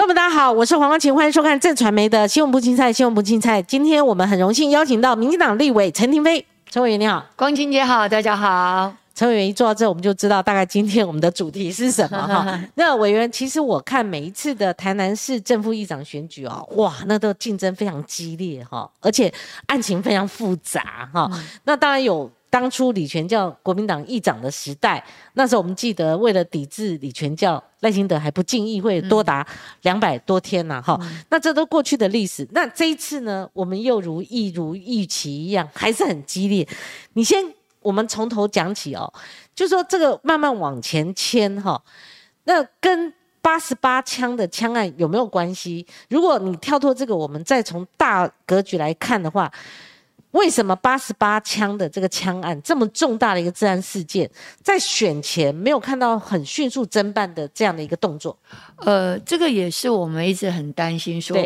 友们，大家好，我是黄光芹，欢迎收看正传媒的新闻不青菜。新闻不青菜，今天我们很荣幸邀请到民进党立委陈亭妃，陈委员你好。 光芹姐好，大家好。 陈委员一坐到这，我们就知道大概今天我们的主题是什么哈。那委员，其实我看每一次的台南市正副议长选举哦，哇，那都竞争非常激烈哈，而且案情非常复杂哈。那当然有当初李全教国民党议长的时代，那时候我们记得为了抵制李全教，赖清德还不进议会多达200多天呐哈。那这都过去的历史。那这一次呢，我们又如预期一样，还是很激烈。我们从头讲起哦，就说这个慢慢往前牵哈，那跟88枪的枪案有没有关系？如果你跳脱这个，我们再从大格局来看的话，为什么88枪的这个枪案这么重大的一个治安事件，在选前没有看到很迅速侦办的这样的一个动作？ 这个也是我们一直很担心说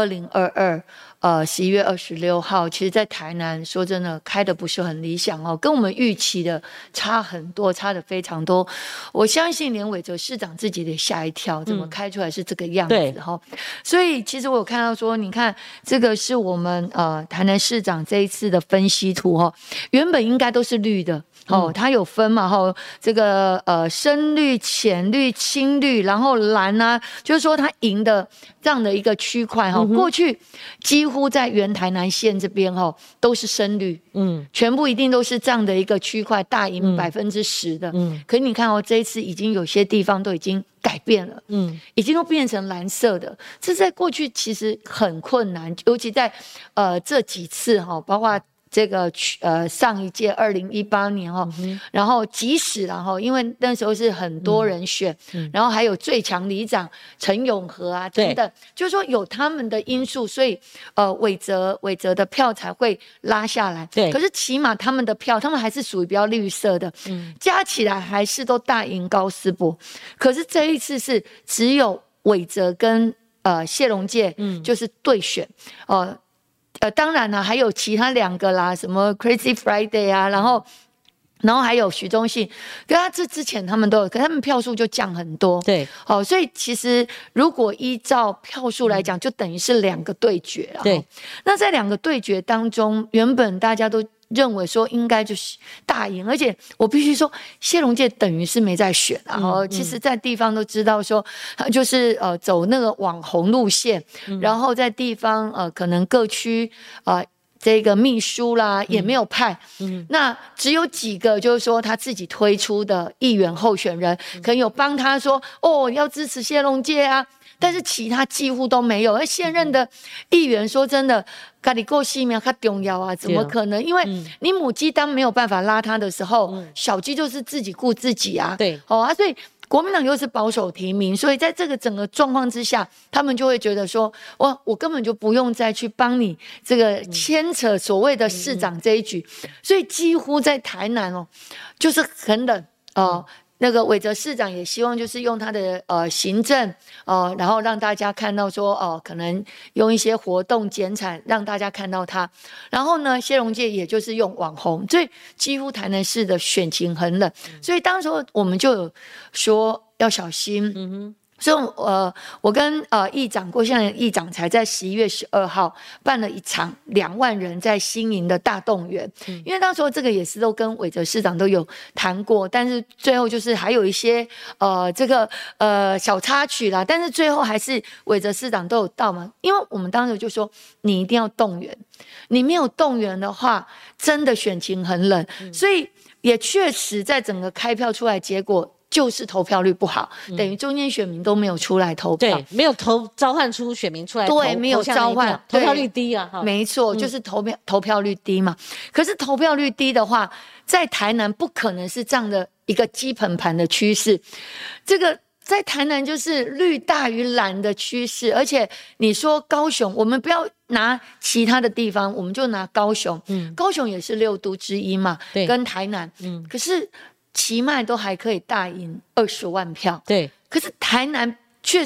，202211月26号，其实在台南说真的开的不是很理想哦，跟我们预期的差很多，差的非常多。我相信连伟哲市长自己也吓一跳，怎么开出来是这个样子哈？所以其实我有看到说，你看这个是我们台南市长这一次的分析图哈，原本应该都是绿的。它有分嘛？这个深绿、浅绿、青绿，然后蓝啊，就是说它赢的这样的一个区块过去几乎在原台南县这边都是深绿，全部一定都是这样的一个区块大赢10%的，可是你看这一次已经有些地方都已经改变了，已经都变成蓝色的，这在过去其实很困难，尤其在这几次包括这个上一届2018年然后即使因为那时候是很多人选，然后还有最强里长陈永和啊等等，就是说有他们的因素，所以伟哲的票才会拉下来。对，可是起码他们的票，他们还是属于比较绿色的，加起来还是都大赢高斯伯。可是这一次是只有伟哲跟谢龙介就是对选当然啦，还有其他2个啦，什么 Crazy Friday 啊，然后还有许忠信，可他这之前他们都有，可他们票数就降很多。对，所以其实如果依照票数来讲，就等于是2个对决了。对，那在2个对决当中，原本大家都认为说应该就是大赢，而且我必须说，谢龙介等于是没在选其实在地方都知道说，就是走那个网红路线，然后在地方可能各区这个秘书啦也没有派，那只有几个就是说他自己推出的议员候选人，可能有帮他说要支持谢龙介啊。但是其他几乎都没有，而现任的议员说真的，家里过性命较重要啊，怎么可能？因为你母鸡当没有办法拉他的时候，小鸡就是自己顾自己啊。对，所以国民党又是保守提名，所以在这个整个状况之下，他们就会觉得说，我根本就不用再去帮你这个牵扯所谓的市长这一局，所以几乎在台南就是很冷那个伟哲市长也希望就是用他的行政然后让大家看到说可能用一些活动减产让大家看到他，然后呢谢龙介也就是用网红，所以几乎台南市的选情很冷，所以当时我们就有说要小心。所以我跟议长郭相议长才在11月12号办了一场2万人在新营的大动员，因为当时这个也是都跟伟哲市长都有谈过，但是最后就是还有一些这个小插曲啦，但是最后还是伟哲市长都有到嘛，因为我们当时就说你一定要动员，你没有动员的话，真的选情很冷，所以也确实在整个开票出来结果。就是投票率不好，等于中间选民都没有出来投票，对， 没有召唤出选民出来投， 对，没有召唤， 投票率低啊， 没错，就是投票率低嘛。可是投票率低的话，在台南不可能是这样的一个基本盘的趋势，这个在台南就是绿大于蓝的趋势，而且你说高雄，我们不要拿其他的地方，我们就拿高雄，高雄也是6都之一嘛，跟台南，可是。奇迈都还可以大赢20万票，对，可是台南却是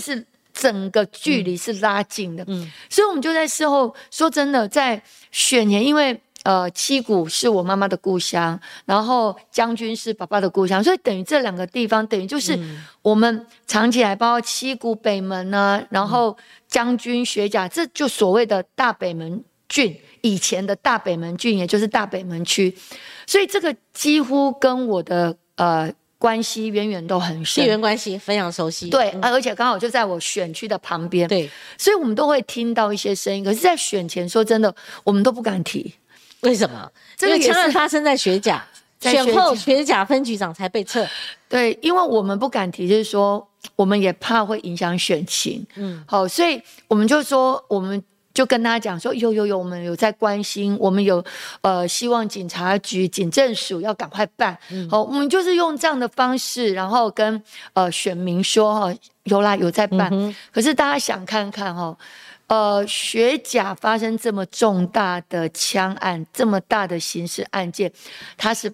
整个距离是拉近的。所以我们就在事后说真的，在选前，因为七股是我妈妈的故乡，然后将军是爸爸的故乡，所以等于这两个地方等于就是我们藏起来，包括七股北门呢，然后将军学甲，这就所谓的大北门郡，以前的大北门郡，也就是大北门区，所以这个几乎跟我的关系远远都很深， 地缘关系非常熟悉。 对，而且刚好就在我选区的旁边， 对， 所以我们都会听到一些声音。可是，在选前，说真的，我们都不敢提。 为什么？ 这个因为枪案发生在学甲，选后学甲分局长才被撤。 对，因为我们不敢提，就是说我们也怕会影响选情。好，所以我们就说，我们就跟大家讲说，有，我们有在关心，我们有希望警察局、警政署要赶快办。好，我们就是用这样的方式，然后跟选民说有啦，有在办。可是大家想看看学甲发生这么重大的枪案，这么大的刑事案件，它是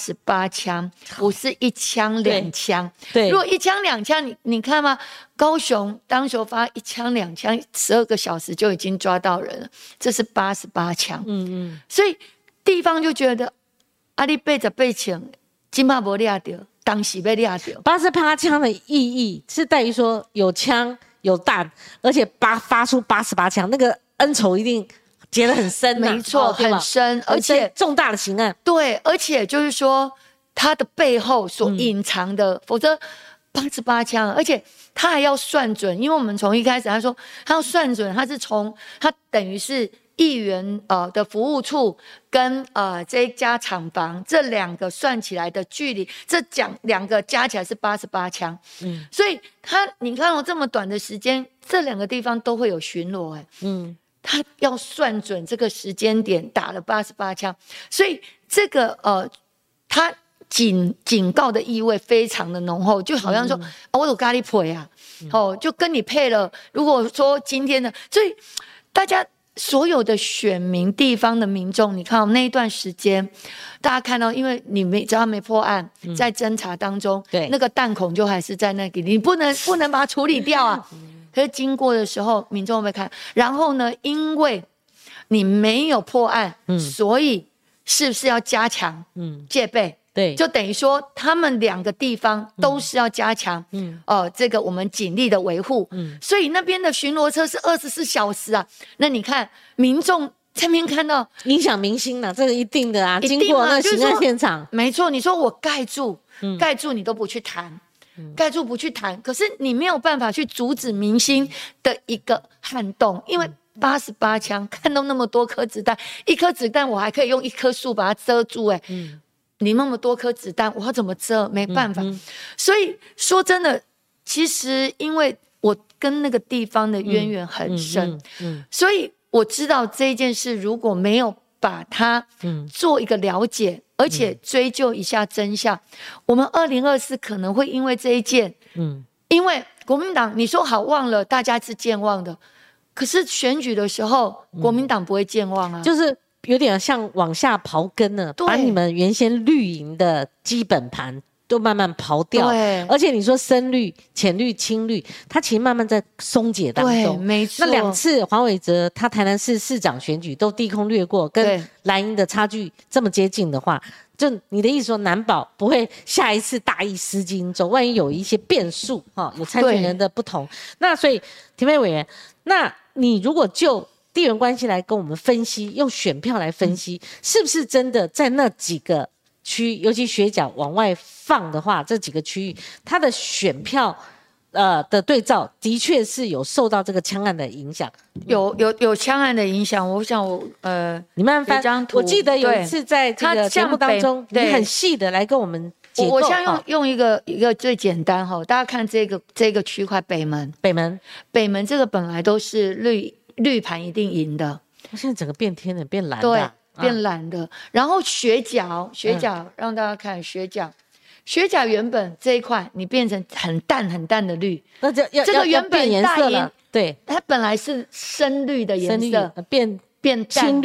88枪，不是1枪2枪。对，如果1枪2枪，你看吗？高雄当时发1枪2枪，12个小时就已经抓到人了，这是88枪。所以地方就觉得你88枪，今嘛没抓到，当时被抓到。 88枪的意义是在于说有枪。有弹，而且发出88枪，那个恩仇一定结得很深， 没错，很深，而且重大的刑案。 对，而且就是说，它的背后所隐藏的，否则88枪，而且他还要算准，因为我们从一开始他说他要算准，他等于是议员的服务处跟这一家厂房这两个算起来的距离，这两个加起来是88枪。所以你看这么短的时间，这两个地方都会有巡逻他要算准这个时间点打了88枪，所以这个他警告的意味非常的浓厚，就好像说我有咖喱配啊，就跟你配了。如果说今天的，所以大家。所有的选民、地方的民众，你看那一段时间，大家看到，因为你只要没破案，在侦查当中，对那个弹孔就还是在那里，你不能把它处理掉啊。可是经过的时候，民众会看，然后呢，因为你没有破案，所以是不是要加强戒备？对，就等于说他们两个地方都是要加强，这个我们警力的维护，所以那边的巡逻车是24小时啊。那你看民众在那边看到影响民心了，这个一定的啊。经过那刑案现场， 没错，你说我盖住你都不去谈，盖住不去谈，可是你没有办法去阻止民心的一个撼动，因为88枪看到那么多颗子弹，一颗子弹我还可以用一棵树把它遮住，你那么多颗子弹，我要怎么遮？没办法。所以说真的，其实因为我跟那个地方的渊源很深，所以我知道这件事如果没有把它做一个了解，而且追究一下真相，我们2024可能会因为这一件，因为国民党你说好忘了，大家是健忘的，可是选举的时候，国民党不会健忘啊， 就是。有点像往下刨根了，把你们原先绿营的基本盘都慢慢刨掉。而且你说深绿、浅绿、青绿，它其实慢慢在松解当中。 没错。 那2次黄伟哲他台南市市长选举都低空掠过，跟蓝营的差距这么接近的话，就你的意思说难保不会下一次大意失荆州，万一有一些变数有参选人的不同。那所以田北委员，那你如果就地缘关系来跟我们分析，用选票来分析，是不是真的在那几个区，尤其学甲往外放的话，这几个区域它的选票的对照，的确是有受到这个枪案的影响。 有枪案的影响，我想你慢慢翻。我记得有一次在这个节目当中，你很细的来跟我们解构。 我想用一个最简单大家看这个区块北门这个本来都是绿盘一定赢的， 现在整个变天了，变蓝的， 对，变蓝的。然后学甲让大家看学甲原本这一块你变成很淡的绿， 那这个原本颜色了，对， 它本来是深绿的颜色， 变淡青绿，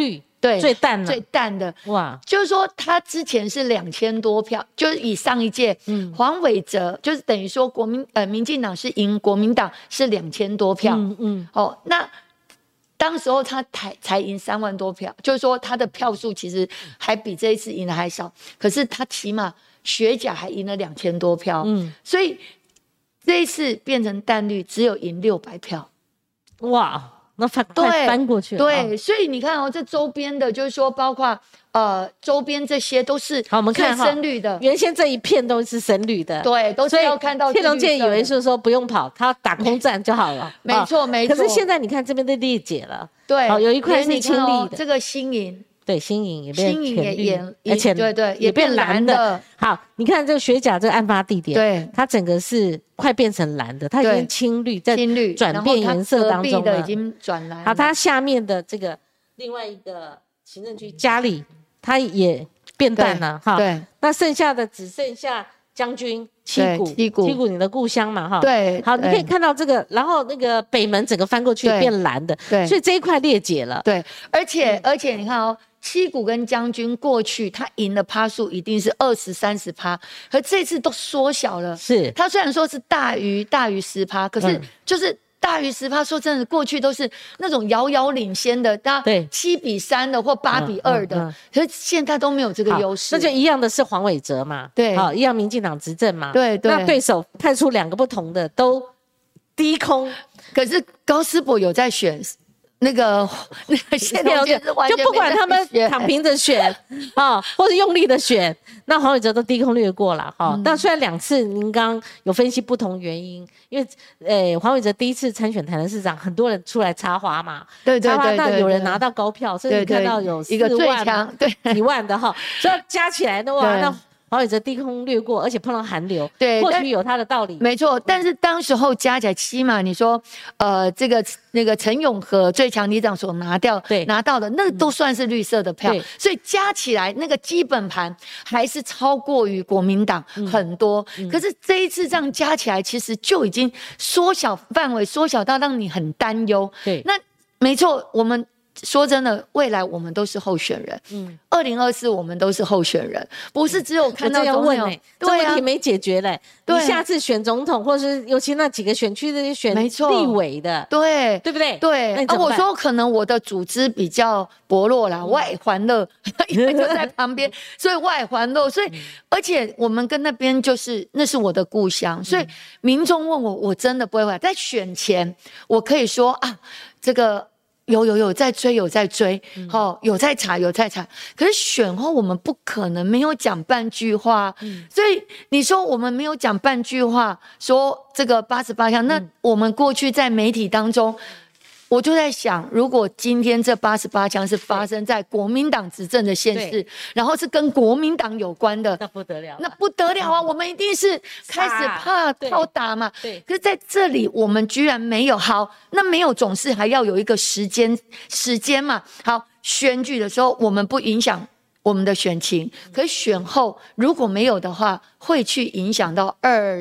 对， 最淡了， 最淡的。 哇， 就是说他之前是2000多票，就是以上一届，黄伟哲就是等于说民进党是赢国民党是2000多票，哦，那当时候他才赢3万多票，就是说他的票数其实还比这一次赢的还少，可是他起码学甲还赢了2000多票，所以这一次变成淡绿只有赢600票， 哇，那快翻过去了。 对，所以你看哦，这周边的，就是说包括周边这些都是好，我们看深绿的， 原先这一片都是深绿的， 对，都是要看到。 谢龙介以为是说不用跑，他打空战就好了。 没错，没错。 可是现在你看这边都裂解了， 对， 有一块是青绿的， 这个新营。 对，新营也变浅绿， 而且对也变蓝的。好，你看这个学甲这个案发地点， 对， 它整个是快变成蓝的，它已经青绿，在转变颜色当中了， 已经转蓝。 好，它下面的这个另外一个行政区嘉里，它也变淡了哈。 对， 那剩下的只剩下将军、七股你的故乡嘛哈。 对， 好，你可以看到这个，然后那个北门整个翻过去变蓝的， 对， 所以这一块裂解了。 对，而且你看哦。七股跟将军过去他赢的趴数一定是20-30%，可这次都缩小了。 是， 他虽然说是大于10%，可是就是大于10%。说真的，过去都是那种遥遥领先的，对7-3的或8-2的，可是现在都没有这个优势。 那就一样的是黄伟哲嘛， 对， 好，一样民进党执政嘛， 对对。 那对手派出2个不同的都低空， 可是高思博有在选。那个谢龙介是完全就不管他们躺平着选或者用力的选，那黄伟哲都低空掠过了哈。但虽然2次您刚刚有分析不同原因，因为黄伟哲第一次参选台南市长，很多人出来插花嘛， 对， 那有人拿到高票，甚至看到有4万、几万的哈，所以加起来的话，那黄伟哲低空掠过，而且碰到寒流， 对， 或许有他的道理。 没错，但是当时候加起来起码你说，那个陈永和最强里长所拿到的，那都算是绿色的票，所以加起来那个基本盘还是超过于国民党很多。可是这一次这样加起来，其实就已经缩小范围，缩小到让你很担忧。 对， 那没错，我们。说真的，未来我们都是候选人。2024我们都是候选人，不是只有看到总统。 这问题没解决嘞。你下次选总统，或是尤其那几个选区的选立委的， 对不对？ 对。我说可能我的组织比较薄弱啦，外环乐，因为就在旁边，所以外环乐。所以而且我们跟那边就是那是我的故乡，所以民众问我，我真的不会回来。在选前，我可以说啊，这个。有在追，有在追，有在查，有在查。可是选后我们不可能没有讲半句话，所以你说我们没有讲半句话，说这个88项，那我们过去在媒体当中。我就在想，如果今天这88枪是发生在国民党执政的县市，然后是跟国民党有关的， 那不得了， 那不得了啊！我们一定是开始怕炮打嘛。对。可是在这里，我们居然没有。好，那没有总是还要有一个时间嘛。好，选举的时候我们不影响我们的选情，可是选后如果没有的话，会去影响到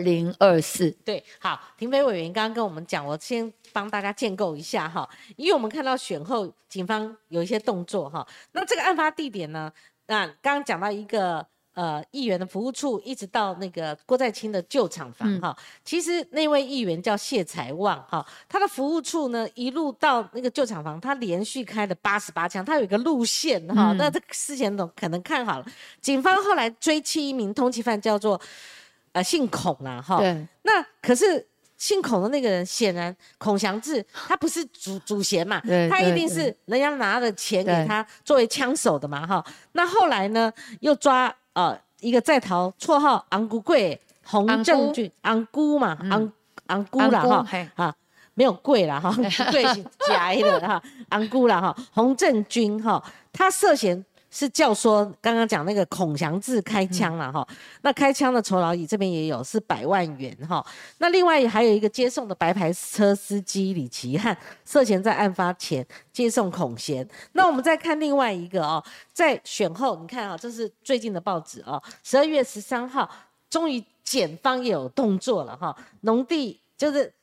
2024。 对，好，庭斐委员刚刚跟我们讲，我先帮大家建构一下哈，因为我们看到选后警方有一些动作哈，那这个案发地点呢，那刚刚讲到一个议员的服务处，一直到那个郭在清的旧厂房哈，其实那位议员叫谢财旺哈，他的服务处呢一路到那个旧厂房，他连续开了88枪，他有一个路线哈，那这个事前都可能看好了，警方后来追缉一名通缉犯叫做姓孔啦哈，那可是。姓孔的那个人显然孔祥志，他不是主嫌嘛，他一定是人家拿了钱给他作为枪手的嘛哈。那后来呢，又抓一个在逃，绰号昂姑贵洪正俊，昂姑嘛，昂姑啦哈，没有贵啦哈，贵是假的哈，昂姑啦哈，洪正军哈，他涉嫌。是教唆刚刚讲那个孔祥志开枪了哈，那开枪的酬劳乙这边也有是100万元哈，那另外还有一个接送的白牌车司机李奇汉涉嫌在案发前接送孔贤。那我们再看另外一个哦，在选后你看啊，这是最近的报纸哦，12月13号终于检方也有动作了哈，农地就是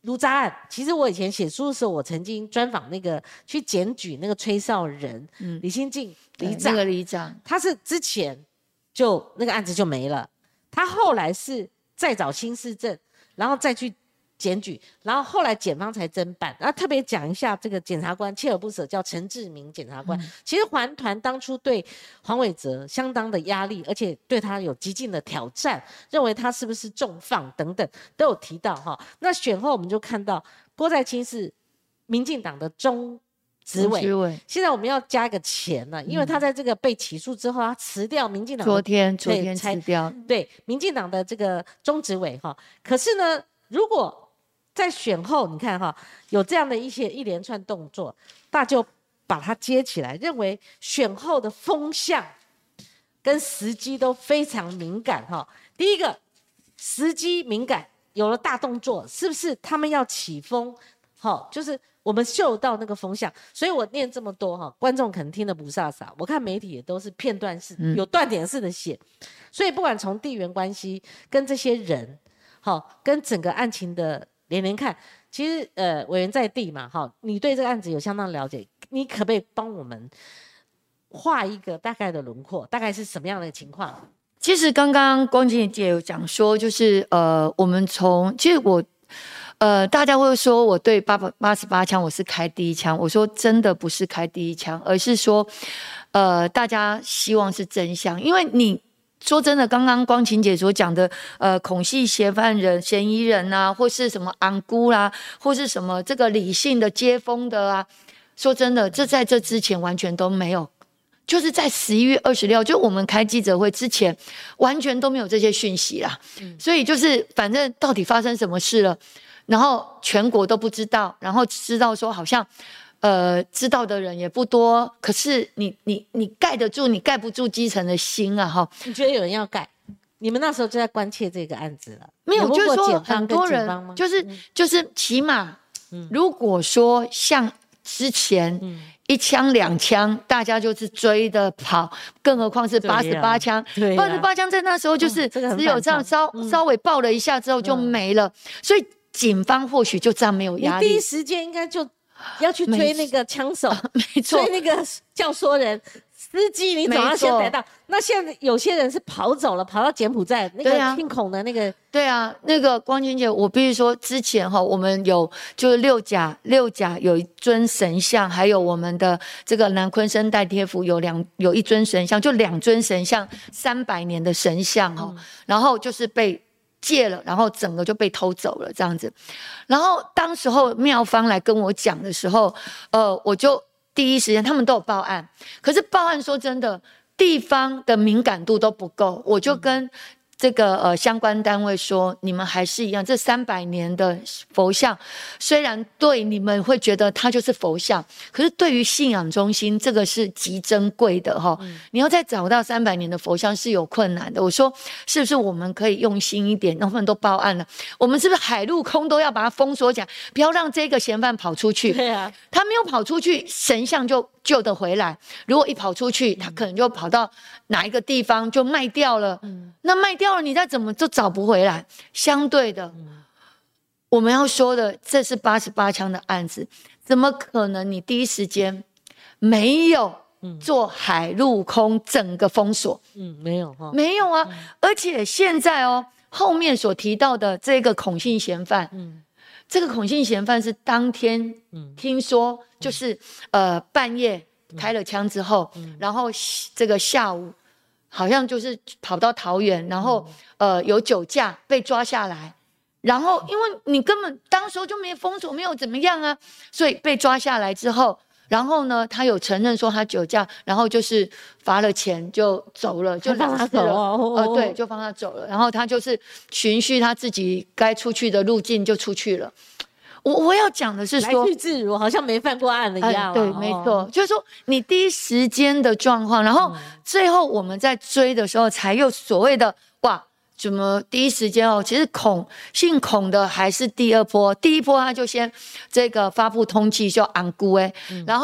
卢渣案，其实我以前写书的时候，我曾经专访那个去检举那个吹哨人，李新进里长， 那个里长， 他是之前就那个案子就没了，他后来是再找新市镇，然后再去检举，然后后来检方才侦办。然后特别讲一下这个检察官锲而不舍，叫陈志明检察官。其实环团当初对黄伟哲相当的压力，而且对他有极尽的挑战，认为他是不是重放等等都有提到哈。那选后我们就看到郭在清是民进党的中执委，现在我们要加个钱了，因为他在这个被起诉之后，他辞掉民进党昨天辞掉， 对民进党的这个中执委哈。可是呢，如果在选后，你看哈，有这样的一连串动作，大家就把它接起来，认为选后的风向跟时机都非常敏感哈。第一个时机敏感，有了大动作，是不是他们要起风？好，就是我们嗅到那个风向，所以我念这么多哈，观众可能听得不飒飒，我看媒体也都是片段式，有断点式的写，所以不管从地缘关系跟这些人，好，跟整个案情的连看，其实委员在地嘛，哈，你对这个案子有相当了解，你可不可以帮我们画一个大概的轮廓，大概是什么样的情况？ 其实刚刚光晴姐有讲说，就是我们其实我大家会说我对88枪我是开第一枪，我说真的不是开第一枪，而是说大家希望是真相，因为你。说真的，刚刚光晴姐所讲的，恐系嫌疑人啊，或是什么昂姑啦，或是什么这个理性的接风的啊，说真的，这在这之前完全都没有，就是在11月26号，就我们开记者会之前，完全都没有这些讯息啦。所以就是反正到底发生什么事了，然后全国都不知道，然后知道说好像。知道的人也不多，可是你盖得住，你盖不住基层的心啊！哈， 你觉得有人要盖？你们那时候就在关切这个案子了， 没有？就是说很多人，就是起码，如果说像之前1枪2枪，大家就是追的跑，更何况是88枪，88枪在那时候就是只有这样稍微爆了一下之后就没了，所以警方或许就这样没有压力， 你第一时间应该就。要去追那个枪手， 没错， 追那个教唆人、司机，你总要先逮到。那现在有些人是跑走了，跑到柬埔寨那个听孔的那个。 对啊，那个光晴姐，我必须说，之前哈，我们有就是六甲有一尊神像，还有我们的这个南鲲生代贴府有一尊神像，就2尊神像300年的神像哈，然后就是被。借了，然后整个就被偷走了这样子。然后当时候庙方来跟我讲的时候，我就第一时间他们都有报案，可是报案说真的，地方的敏感度都不够，我就跟这个相关单位说，你们还是一样，这300年的佛像，虽然对你们会觉得它就是佛像，可是对于信仰中心，这个是极珍贵的哈。你要再找到300年的佛像是有困难的。我说，是不是我们可以用心一点？他们都报案了，我们是不是海陆空都要把它封锁起来，不要让这个嫌犯跑出去？ 对啊， 他没有跑出去，神像就救得回来。如果一跑出去，他可能就跑到哪一个地方就卖掉了。那卖掉了，你再怎么都找不回来。相对的，我们要说的，这是88枪的案子，怎么可能你第一时间没有做海陆空整个封锁？ 没有哈， 没有啊。而且现在后面所提到的这个恐性嫌犯，这个恐性嫌犯是当天听说就是半夜开了枪之后，然后这个下午好像就是跑到桃园，然后有酒驾被抓下来，然后因为你根本当时候就没有封锁，没有怎么样啊，所以被抓下来之后，然后呢他有承认说他酒驾，然后就是罚了钱就走了，就放他走了， 对，就放他走了，然后他就是循序他自己该出去的路径就出去了。我要讲的是说， 来去自如，好像没犯过案了一样。 对，没错，就是说你第一时间的状况，然后最后我们在追的时候，才有所谓的哇，怎么第一时间其实姓孔的还是第二波，第一波他就先这个发布通缉就昂估然后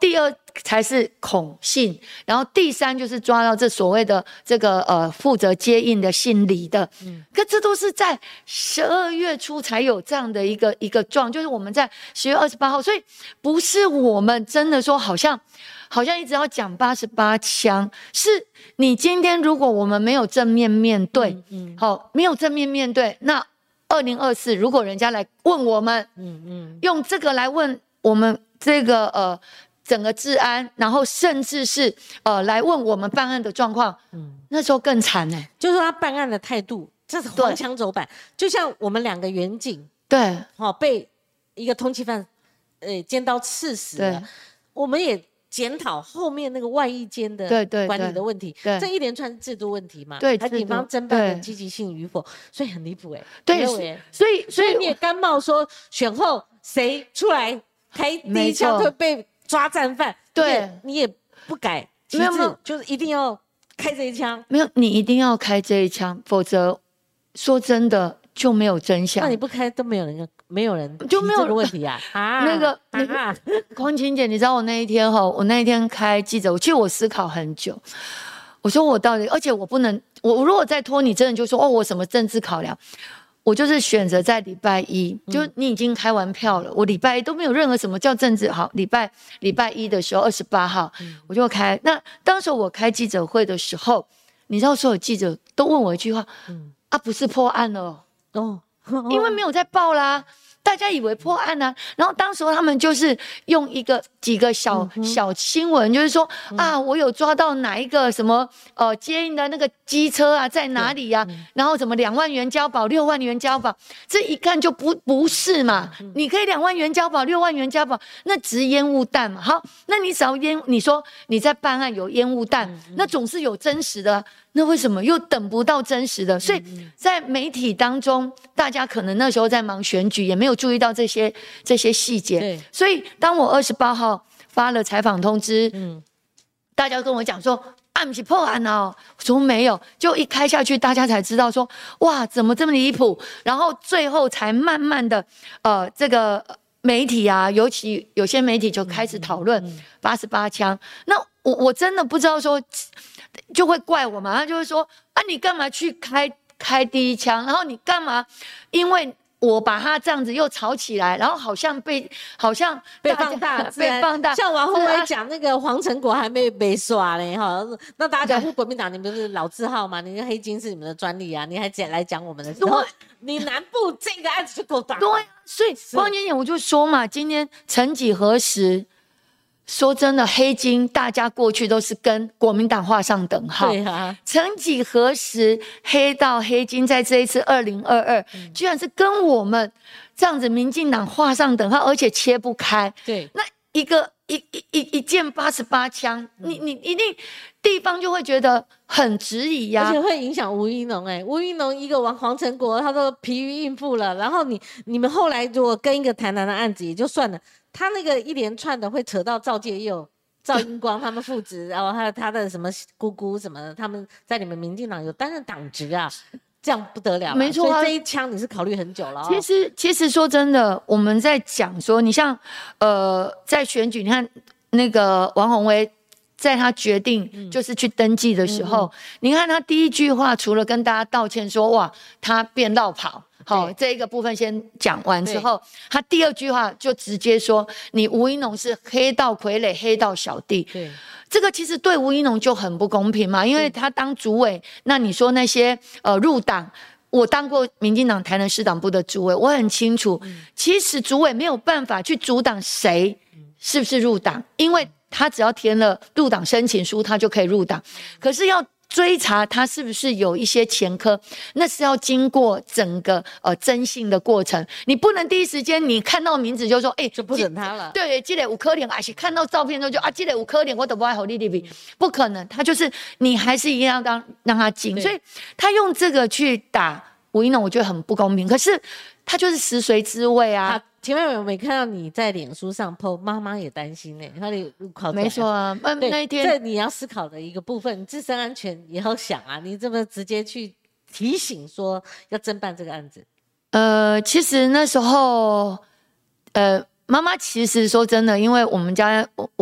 第2才是恐信，然后第3就是抓到这所谓的这个负责接应的姓李的，可这都是在12月初才有这样的一个状，就是我们在10月28号，所以不是我们真的说好像一直要讲88枪，是你今天如果我们没有正面面对，没有正面面对，那2024如果人家来问我们，用这个来问我们这个整个治安，然后甚至是来问我们办案的状况，那时候更惨呢。 就是他办案的态度，这是荒腔走板，就像我们2个员警， 对， 被一个通缉犯尖刀刺死了，我们也检讨后面那个外役间的管理的问题，这一连串制度问题嘛，还警方侦办的积极性与否，所以很离谱对，所以你也甘冒说选后谁出来开第1枪就被抓战犯， 对， 你也不改旗帜，就是一定要开这一枪， 没有，你一定要开这一枪，否则说真的就没有真相。 那你不开都没有人就没有这个问题啊！ 那个光晴姐，你知道我那一天开记者会，其实我思考很久，我说我到底，而且我不能，我如果再拖，你真的就说我什么政治考量。我就是选择在礼拜1，就你已经开完票了，我礼拜1都没有任何什么叫政治好。礼拜1的时候28号，我就开。那当时我开记者会的时候，你知道所有记者都问我一句话，不是破案了因为没有在报啦。大家以为破案啊，然后当时他们就是用几个小新闻，就是说我有抓到哪一个什么接应的那个机车啊在哪里啊，然后什么2万元交保6万元交保，这一看就不是嘛，你可以2万元交保6万元交保，那只是烟雾弹嘛。好，那你只要你说你在办案有烟雾弹，那总是有真实的，那为什么又等不到真实的？所以在媒体当中，大家可能那时候在忙选举，也没有注意到这些细节。所以当我28号发了采访通知，大家跟我讲说不是破案哦，我说没有，就一开下去，大家才知道说哇，怎么这么离谱？然后最后才慢慢的这个媒体啊，尤其有些媒体就开始讨论88枪。那我真的不知道说。就会怪我嘛，他就会说你干嘛去开第1枪，然后你干嘛？因为我把他这样子又吵起来，然后好像被放大，被放大。像王宏伟讲那个黄成国还没被刷嘞哈，那大家讲说国民党你们不是老字号嘛，你的黑金是你们的专利啊，你还来讲我们的时候，你南部这个案子就够大。 对，所以光姐姐我就说嘛，今天曾几何时。说真的，黑金大家过去都是跟国民党画上等号。 对啊， 曾几何时，黑金在这一次2022，居然是跟我们这样子民进党画上等号，而且切不开。 对， 那一件88枪，你一定地方就会觉得很质疑呀， 而且会影响吴怡农。吴怡农一个黄成国，他都疲于应付了。然后你们后来如果跟一个台南的案子也就算了。他那个一连串的会扯到赵介佑、赵英光他们父子，然后还有他的什么姑姑什么的，他们在你们民进党有担任党职啊，这样不得了。 没错， 所以这一枪你是考虑很久了。 其实说真的，我们在讲说，你像在选举，你看那个王宏威。在他决定就是去登记的时候，你看他第一句话，除了跟大家道歉说哇他变落跑，好这一个部分先讲完之后，他第2句话就直接说你吴怡农是黑道傀儡、黑道小弟。 对， 这个其实对吴怡农就很不公平嘛，因为他当主委，那你说那些入党。我当过民进党台南市党部的主委，我很清楚，其实主委没有办法去阻挡谁是不是入党，因为他只要填了入党申请书，他就可以入党。可是要追查他是不是有一些前科，那是要经过整个征信的过程。你不能第一时间你看到名字就说，就不准他了。 对，这个有可能，还是看到照片之后就这个有可能，我都不爱和你比，不可能。他就是你还是一样让他进，所以他用这个去打吴怡农，我觉得很不公平。可是他就是食髓知味啊。 前面有没有看到你在脸书上 po， 妈妈也担心呢，他的入考没错啊，那一天这你要思考的一个部分，你自身安全也要想啊，你这么直接去提醒说要侦办这个案子。 其实那时候，妈妈其实说真的，因为我们家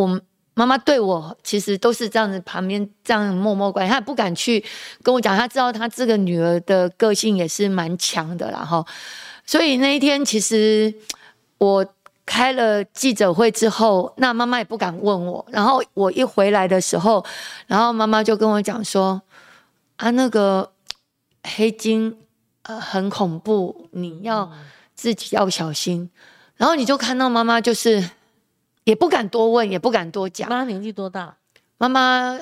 妈妈对我其实都是这样子，旁边这样默默关心，她也不敢去跟我讲，她知道她这个女儿的个性也是蛮强的啦哈。所以那一天其实我开了记者会之后，那妈妈也不敢问我，然后我一回来的时候，然后妈妈就跟我讲说啊，那个黑金很恐怖，你要自己要小心。然后你就看到妈妈就是也不敢多问，也不敢多讲。 妈妈年纪多大？ 妈妈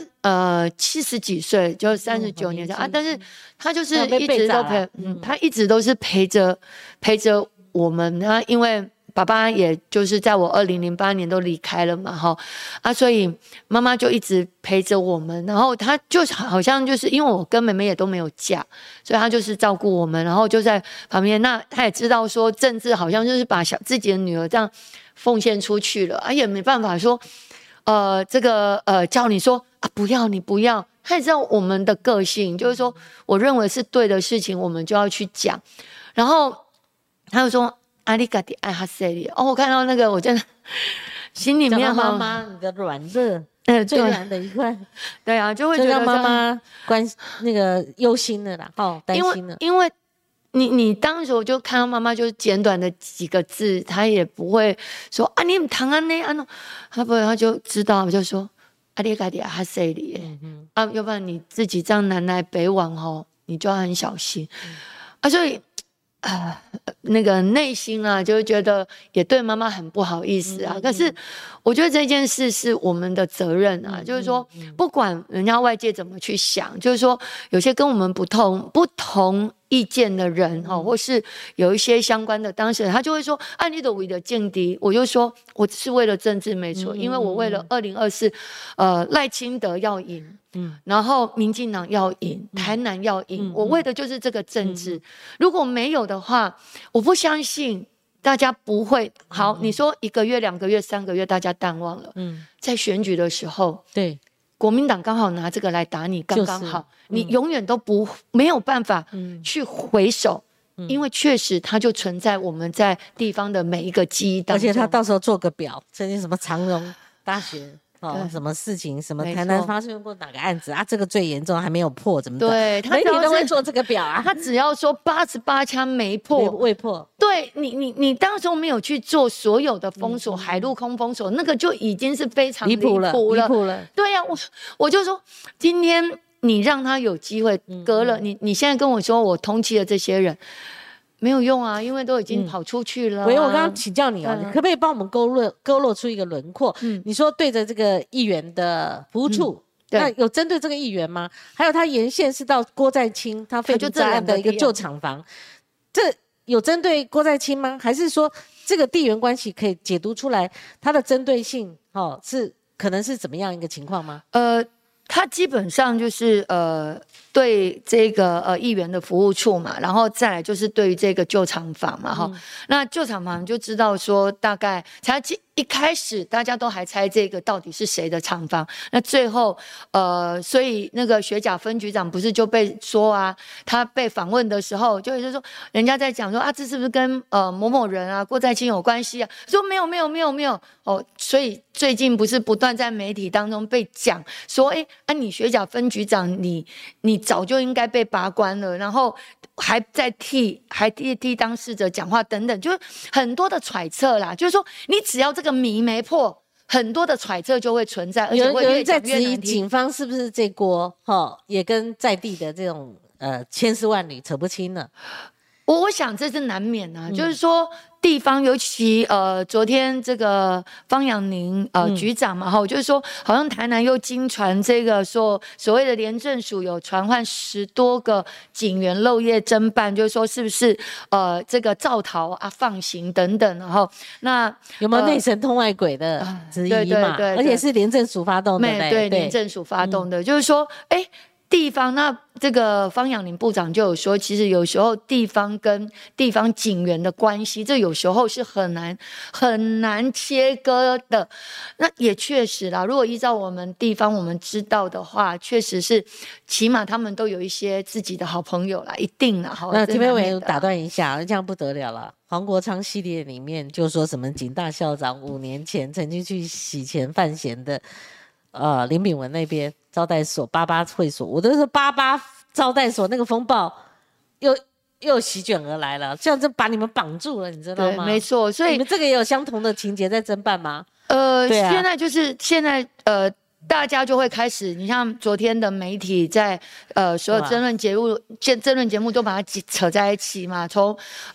70几岁，就39年啊，但是她就是一直都陪，她一直都是陪着我们。那因为爸爸也就是在我2008年都离开了嘛，哈啊，所以妈妈就一直陪着我们。然后她就好像就是因为我跟妹妹也都没有嫁，所以她就是照顾我们，然后就在旁边。那她也知道说政治好像就是把自己的女儿这样奉献出去了，啊，也没办法说。这个叫你说啊，不要，你不要。他也知道我们的个性，就是说，我认为是对的事情，我们就要去讲。然后他就说：“阿里嘎迪爱哈塞里。”哦，我看到那个，我真的心里面妈妈，你的软弱，最软的一块。 对啊，就会觉得让妈妈那个忧心了啦，担心了， 因为。你当时我就看到妈妈就是简短的几个字，她也不会说啊你唐安呢啊，她不会，她就知道就说啊你家己哈塞里，啊要不然你自己这样南来北往吼，你就要很小心，啊所以那个内心啊就会觉得也对妈妈很不好意思啊，可是我觉得这件事是我们的责任啊，就是说不管人家外界怎么去想，就是说有些跟我们不同意见的人或是有一些相关的当事人，他就会说啊你的为了政敌，我就说我是为了政治没错，因为我为了2024赖清德要赢，然后民进党要赢，台南要赢，我为的就是这个政治，如果没有的话，我不相信大家不会好，你说1个月、2个月、3个月，大家淡忘了，在选举的时候， 对。 国民党刚好拿这个来打你，刚刚好，你永远都没有办法去回首，因为确实它就存在我们在地方的每一个记忆当中， 而且他到时候做个表，曾经什么长荣大学什么事情，什么台南发生过哪个案子啊？这个最严重还没有破，怎么的？ 对， 媒体都会做这个表啊。 他只要说88枪没破， 未破， 对你当时候没有去做所有的封锁，海陆空封锁，那个就已经是非常离谱了。对呀，我就说今天你让他有机会隔了，你现在跟我说我通缉了这些人。没有用啊，因为都已经跑出去了。 我刚刚请教你你可不可以帮我们勾勒出一个轮廓？你说对着这个议员的服务处，那有针对这个议员吗？还有他沿线是到郭在清他废除在案的一个旧厂房，这有针对郭在清吗？还是说这个地缘关系可以解读出来它的针对性是可能是怎么样一个情况吗？ 他基本上就是对这个议员的服务处嘛，然后再来就是对于这个旧厂房嘛哈，那旧厂房就知道说大概才一开始大家都还猜这个到底是谁的厂房，那最后所以那个学甲分局长不是就被说啊，他被访问的时候就是说人家在讲说啊这是不是跟某某人啊郭在清有关系啊，说没有哦，所以最近不是不断在媒体当中被讲说你学甲分局长你早就应该被拔关了，然后还在替当事者讲话等等，就是很多的揣测啦，就是说你只要这个谜没破，很多的揣测就会存在，而且会越讲越难听。有人在质疑警方是不是这锅也跟在地的这种千丝万缕扯不清了。 我想这是难免啊，就是说地方，尤其昨天这个方养宁局长嘛就是说好像台南又经传这个说所谓的廉政署有传唤10多个警员漏夜侦办，就是说是不是这个造逃啊放行等等，然后那有没有内神通外鬼的质疑嘛？对，而且是廉政署发动的， 对廉政署发动的，就是说地方，那这个方养林部长就有说，其实有时候地方跟地方警员的关系，这有时候是很难切割的。那也确实啦，如果依照我们地方我们知道的话，确实是起码他们都有一些自己的好朋友啦，一定啦。 那这边我也打断一下，这样不得了了。黄国昌系列里面就说什么警大校长5年前曾经去洗钱犯嫌的，林炳文那边招待所88会所，我都说88招待所那个风暴又席卷而来了，这样就把你们绑住了，你知道吗？ 对，没错，所以你们这个也有相同的情节在侦办吗？ 对啊，现在大家就会开始，你像昨天的媒体在所有争论节目都把它扯在一起嘛，从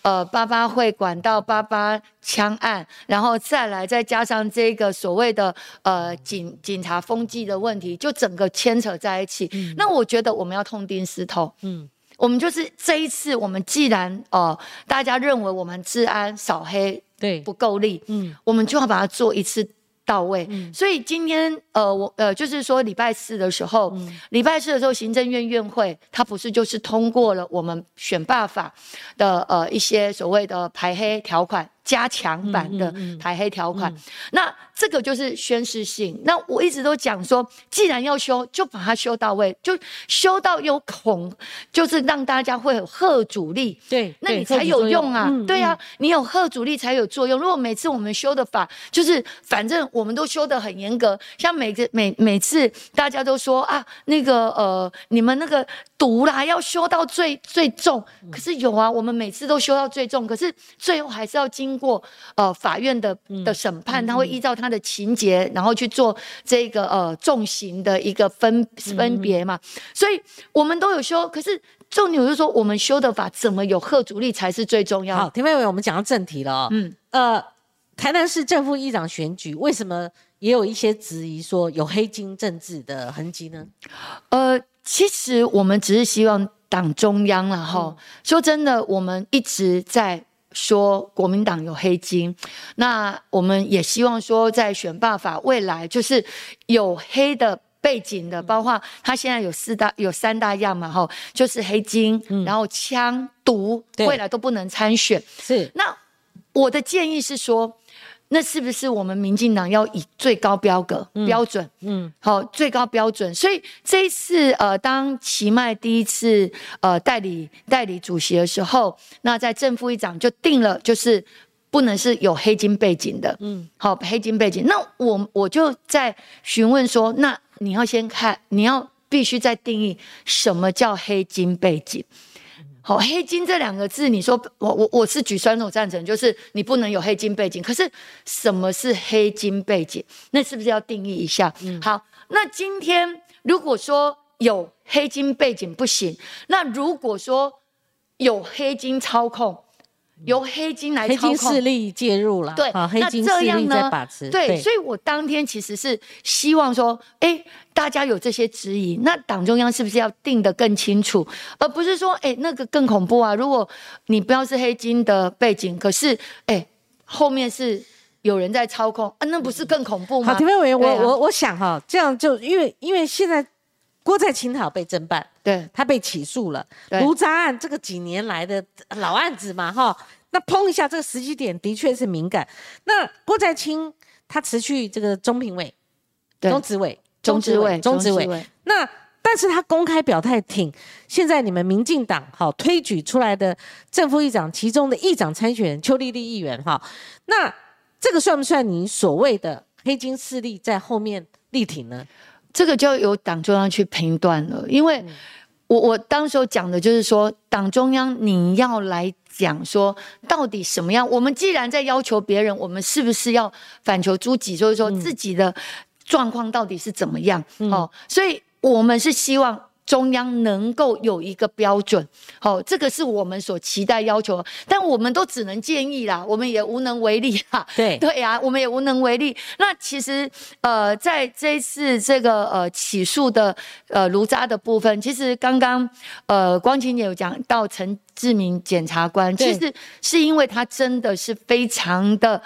88会馆到88枪案，然后再加上这个所谓的警察风纪的问题，就整个牵扯在一起。那我觉得我们要痛定思痛，我们就是这一次，我们既然大家认为我们治安扫黑不够力，我们就要把它做一次到位。所以今天就是说礼拜四的时候，行政院院会它不是就是通过了我们选罢法的一些所谓的排黑条款，加强版的排黑条款。那这个就是宣示性。那我一直都讲说，既然要修，就把它修到位，就修到有就是让大家会有吓阻力。对，那你才有用啊。对啊，你有吓阻力才有作用。如果每次我们修的法，就是反正我们都修得很严格，像每次大家都说啊，那个你们那个毒啦要修到最重，可是有啊，我们每次都修到最重，可是最后还是要经过法院的审判，他会依照他的情节，然后去做这个重刑的一个分别嘛。所以我们都有修，可是重点就是说，我们修的法怎么有吓阻力才是最重要的。 好，田培伟，我们讲到正题了台南市正副议长选举，为什么也有一些质疑说有黑金政治的痕迹呢？ 其实我们只是希望党中央啦齁，说真的，我们一直在说国民党有黑金，那我们也希望说在选罢法未来就是有黑的背景的，包括他现在有三大样嘛齁，就是黑金，然后枪毒，未来都不能参选。是，那我的建议是说，那是不是我们民进党要以最高标准，好，最高标准。所以这一次当奇迈第一次代理主席的时候，那在正副议长就定了，就是不能是有黑金背景的，好，黑金背景。那我就在询问说，那你要先看，你要必须再定义什么叫黑金背景。好，黑金这2个字，你说我是举双手赞成，就是你不能有黑金背景。可是什么是黑金背景？那是不是要定义一下？好，那今天如果说有黑金背景不行，那如果说有黑金操控，由黑金来操控， 黑金势力介入了，对，黑金势力在把持， 对，所以我当天其实是希望说，大家有这些质疑，那党中央是不是要定得更清楚，而不是说，那个更恐怖啊！如果你不要是黑金的背景，可是，后面是有人在操控啊，那不是更恐怖吗？ 好，田培委员，我想哈，这样就因为现在郭在清讨被侦办，对，他被起诉了，卢渣案这个几年来的老案子嘛，哈，那砰一下，这个时机点的确是敏感。那郭在清他辞去这个中评委、中执委。那但是他公开表态挺现在你们民进党推举出来的正副议长其中的议长参选人邱丽丽议员那这个算不算你所谓的黑金势力在后面力挺呢？ 这个就由党中央去评断了，因为我当时候讲的就是说，党中央你要来讲说到底什么样，我们既然在要求别人，我们是不是要反求诸己，就是说自己的状况到底是怎么样？所以我们是希望中央能够有一个标准，这个是我们所期待要求，但我们都只能建议啦，我们也无能为力啦。对啊，我们也无能为力。那其实在这一次这个起诉的卢渣的部分，其实刚刚光晴也有讲到陈志明检察官，其实是因为他真的是非常的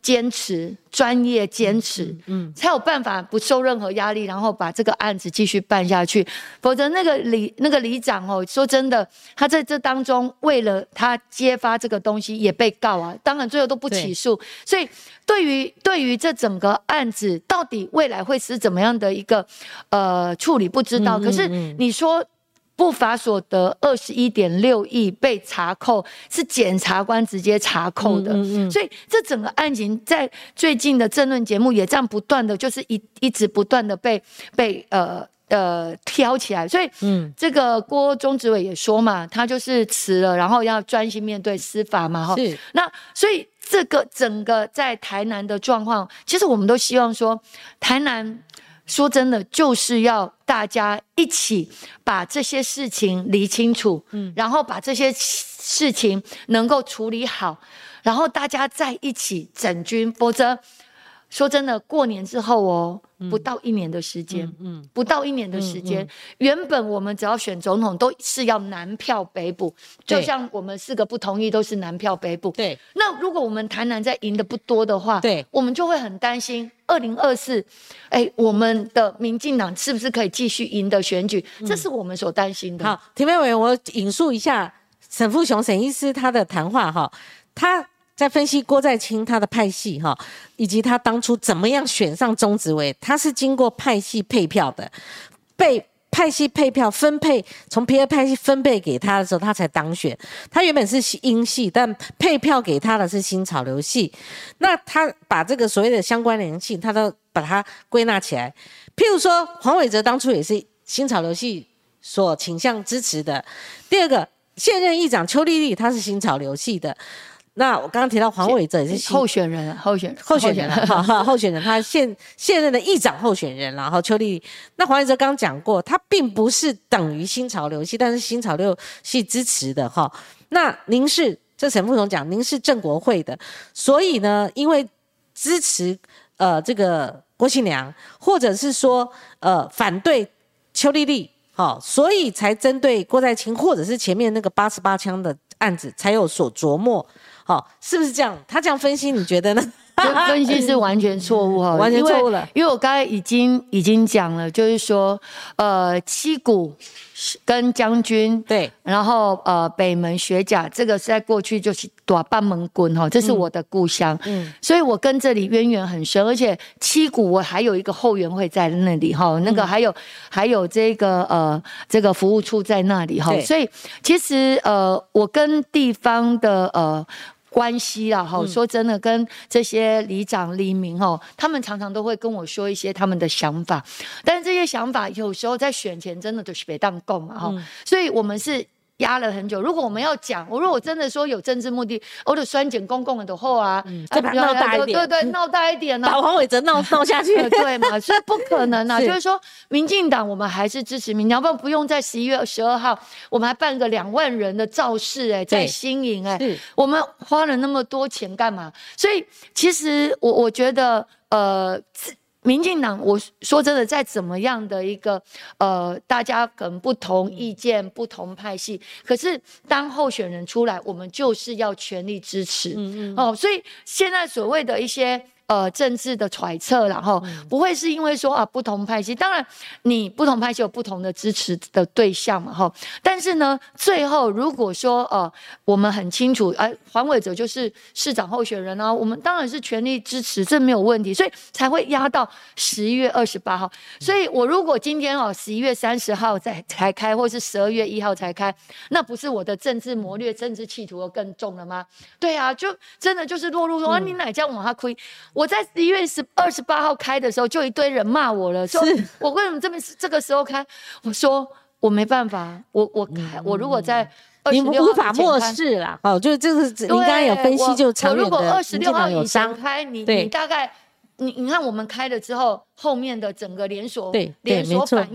坚持、专业坚持，才有办法不受任何压力，然后把这个案子继续办下去。否则那个里长哦，说真的，他在这当中为了他揭发这个东西也被告啊，当然最后都不起诉。所以对于这整个案子到底未来会是怎么样的一个处理，不知道。可是你说。不法所得21.6亿被查扣，是检察官直接查扣的，所以这整个案情在最近的政论节目也这样不断的，就是一直不断的被挑起来，所以这个郭中执委也说嘛，他就是辞了，然后要专心面对司法嘛，哈，那所以这个整个在台南的状况，其实我们都希望说台南。说真的，就是要大家一起把这些事情理清楚，然后把这些事情能够处理好，然后大家在一起整军，否则说真的，过年之后哦，不到1年的时间，不到1年的时间，原本我们只要选总统都是要南票北补，就像我们4个不同意都是南票北补。对，那如果我们台南在赢的不多的话，对，我们就会很担心2024，我们的民进党是不是可以继续赢得选举？这是我们所担心的。 好，田委员，我引述一下沈富雄沈医师他的谈话哈，他在分析郭在清他的派系哈，以及他当初怎么样选上中执委，他是经过派系配票的，被派系配票分配，从别的派系分配给他的时候，他才当选。他原本是英系，但配票给他的是新潮流系。那他把这个所谓的相关联性，他都把它归纳起来。譬如说，黄伟哲当初也是新潮流系所倾向支持的。第二个，现任议长邱丽丽，她是新潮流系的。那我刚刚提到黄伟哲也是候选人，候选人， 他现任的议长候选人，然后邱丽丽。那黄伟哲刚刚讲过，他并不是等于新潮流系，但是新潮流系支持的哈。那您是这沈富雄讲，您是正国会的，所以呢，因为支持这个郭庆良，或者是说反对邱丽丽，好，所以才针对郭在清，或者是前面那个88枪的案子才有所琢磨。好，是不是这样？他这样分析，你觉得呢？ 分析是完全错误哈， 完全错误了。 因为我刚才已经讲了，就是说，七股跟将军对，然后北门学甲，这个是在过去就是大半门棍哈，这是我的故乡，所以我跟这里渊源很深，而且七股我还有一个后援会在那里哈，那个还有这个服务处在那里哈，所以其实我跟地方的关系啦，说真的，跟这些里长、里民他们常常都会跟我说一些他们的想法，但是这些想法有时候在选前真的就是别当共嘛所以我们是压了很久。如果我们要讲，如果我真的说有政治目的，我就酸碱公共的后再把它闹大一点， 对，闹大一点把黄伟哲闹下去， 对嘛？所以不可能啊，就是说，民进党我们还是支持民进党，不用在11月12号，我们还办个2万人的造势在新营我们花了那么多钱干嘛？所以其实我觉得民进党，我说真的，在怎么样的一个大家可能不同意见、不同派系，可是当候选人出来，我们就是要全力支持。所以现在所谓的一些政治的揣测，然后不会是因为说不同派系，当然你不同派系有不同的支持的对象嘛但是呢，最后如果说我们很清楚，黄伟哲就是市长候选人啊，我们当然是全力支持，这没有问题，所以才会压到11月28号。所以我如果今天11月30号才开，或是12月1号才开，那不是我的政治谋略、政治企图又更重了吗？对啊，就真的就是落入说你哪这样往下亏。我在11月28号开的时候，就一堆人骂我了，说我为什么这个时候开？我说我没办法，我如果在你无法漠视啦，就是这个你刚刚有分析，就长远的我如果26号以前开，你大概你看我们开了之后，后面的整个连锁反应。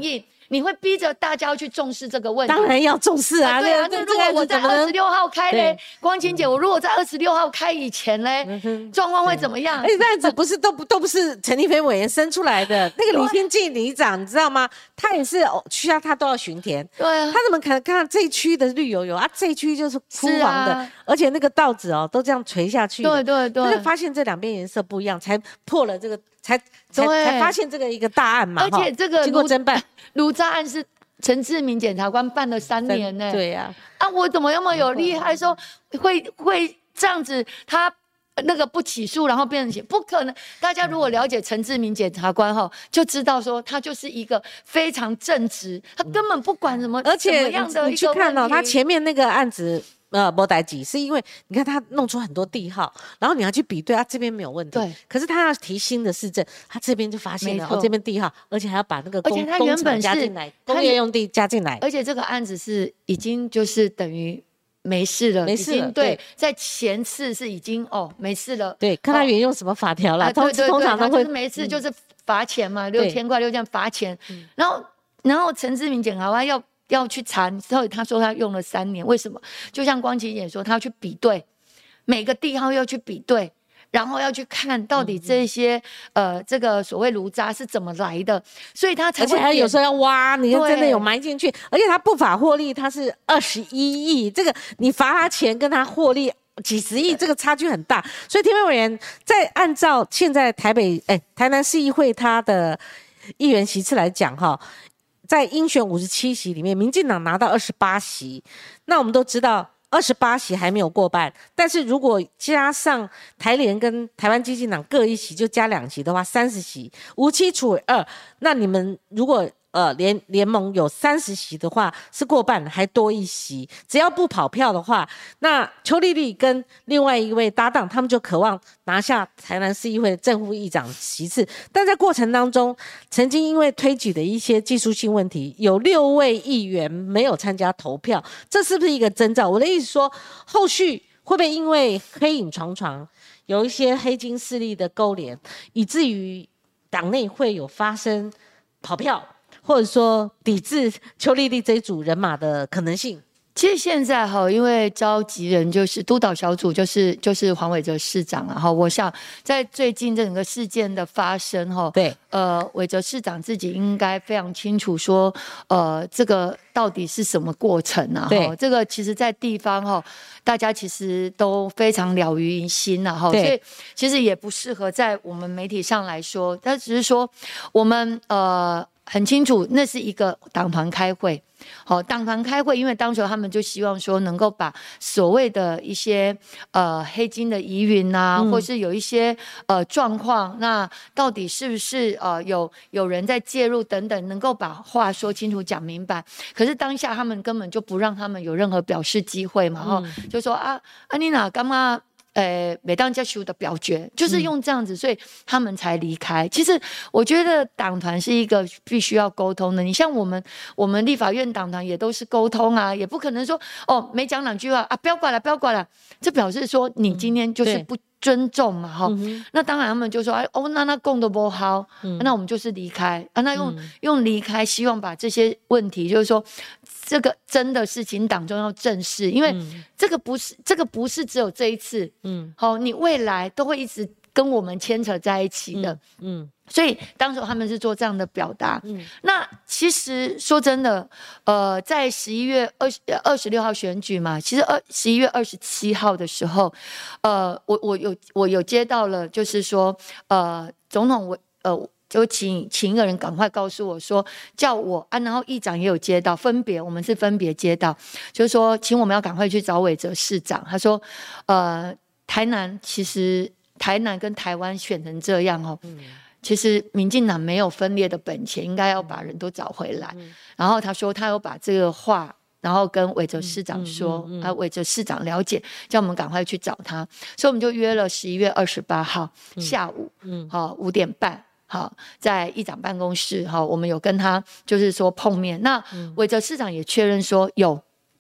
你会逼着大家要去重视这个问题。 当然要重视啊！ 对啊，那如果我在26号开嘞，光晴姐，我如果在26号开以前嘞，状况会怎么样？ 这案子不是都不是陈立飞委员生出来的，那个李天进里长你知道吗？他也是需要他都要巡田， 对啊， 他怎么可能看到这一区的绿油油啊？这一区就是枯黄的，而且那个稻子哦都这样垂下去， 对对对， 他就发现这两边颜色不一样，才破了这个，才发现这个一个大案嘛。 而且这个经过侦办， 卢渣案是陈志明检察官办了3年呢。 对呀， 我怎么那么有厉害说会这样子他？那个不起诉，然后变成起，不可能。大家如果了解陈志明检察官后，就知道说他就是一个非常正直，他根本不管什么， 而且什么样的你去看哦，他前面那个案子。没代志，是因为你看他弄出很多地号，然后你要去比对，这边没有问题。 对。 可是他要提新的市政，他这边就发现了这边地号，而且还要把那个而且他原本加进来，工业用地加进来。 而且这个案子是已经就是等于。没事了， 没事了。 对，在前次是已经没事了。 对，看他原用什么法条啦。通常都会没事，就是罚钱嘛，6000块就这样罚钱。然后陈志明检察官要去查之后，他说他用了3年，为什么？就像光琪姐说，他要去比对每个地号，要去比对。然后要去看到底这些这个所谓炉渣是怎么来的，所以他才会， 而且还有时候要挖，你看真的有埋进去，而且他不法获利，他是21亿，这个你罚他钱跟他获利几十亿，这个差距很大。所以田委员在按照现在台南市议会他的议员席次来讲哈，在应选57席里面，民进党拿到28席，那我们都知道。28席还没有过半，但是如果加上台联跟台湾基进党各1席，就加2席的话，30席，57除以2，那你们如果联盟有30席的话是过半，还多1席。只要不跑票的话，那邱丽丽跟另外一位搭档，他们就渴望拿下台南市议会的正副议长席次。但在过程当中，曾经因为推举的一些技术性问题，有6位议员没有参加投票，这是不是一个征兆？我的意思说，后续会不会因为黑影幢幢，有一些黑金势力的勾连，以至于党内会有发生跑票？或者说抵制邱丽丽这一组人马的可能性？ 其实现在因为召集人就是督导小组，就是黄伟哲市长啊我想在最近整个事件的发生对， 伟哲市长自己应该非常清楚说，这个到底是什么过程啊？ 对， 这个其实在地方大家其实都非常了于心啊所以其实也不适合在我们媒体上来说，但只是说我们很清楚，那是一个党团开会。党团开会，因为当时他们就希望说，能够把所谓的一些黑金的疑云啊，或是有一些状况，那到底是不是有人在介入等等，能够把话说清楚、讲明白。可是当下他们根本就不让他们有任何表示机会嘛，就说你哪干嘛？每当接受的表决就是用这样子，所以他们才离开。其实我觉得党团是一个必须要沟通的。你像我们立法院党团也都是沟通啊，也不可能说没讲2句话不要管了，不要管了，这表示说你今天就是不尊重嘛那当然他们就说那供的不好那我们就是离开那用离开，希望把这些问题就是说。这个真的是请党中要正视，因为这个不是只有这一次，你未来都会一直跟我们牵扯在一起的，所以当时他们是做这样的表达。那其实说真的，在11月26号选举嘛，其实11月27号的时候，我有接到了，就是说，总统就请一个人赶快告诉我说，叫我然后议长也有接到，我们是分别接到，就是说请我们要赶快去找伟哲市长。他说，台南跟台湾选成这样其实民进党没有分裂的本钱，应该要把人都找回来。然后他说他有把这个话。然后跟伟哲市长说，伟哲市长了解，叫我们赶快去找他，所以我们就约了11月28号下午，5点半。在议长办公室我们有跟他就是说碰面。那伟哲市长也确认说有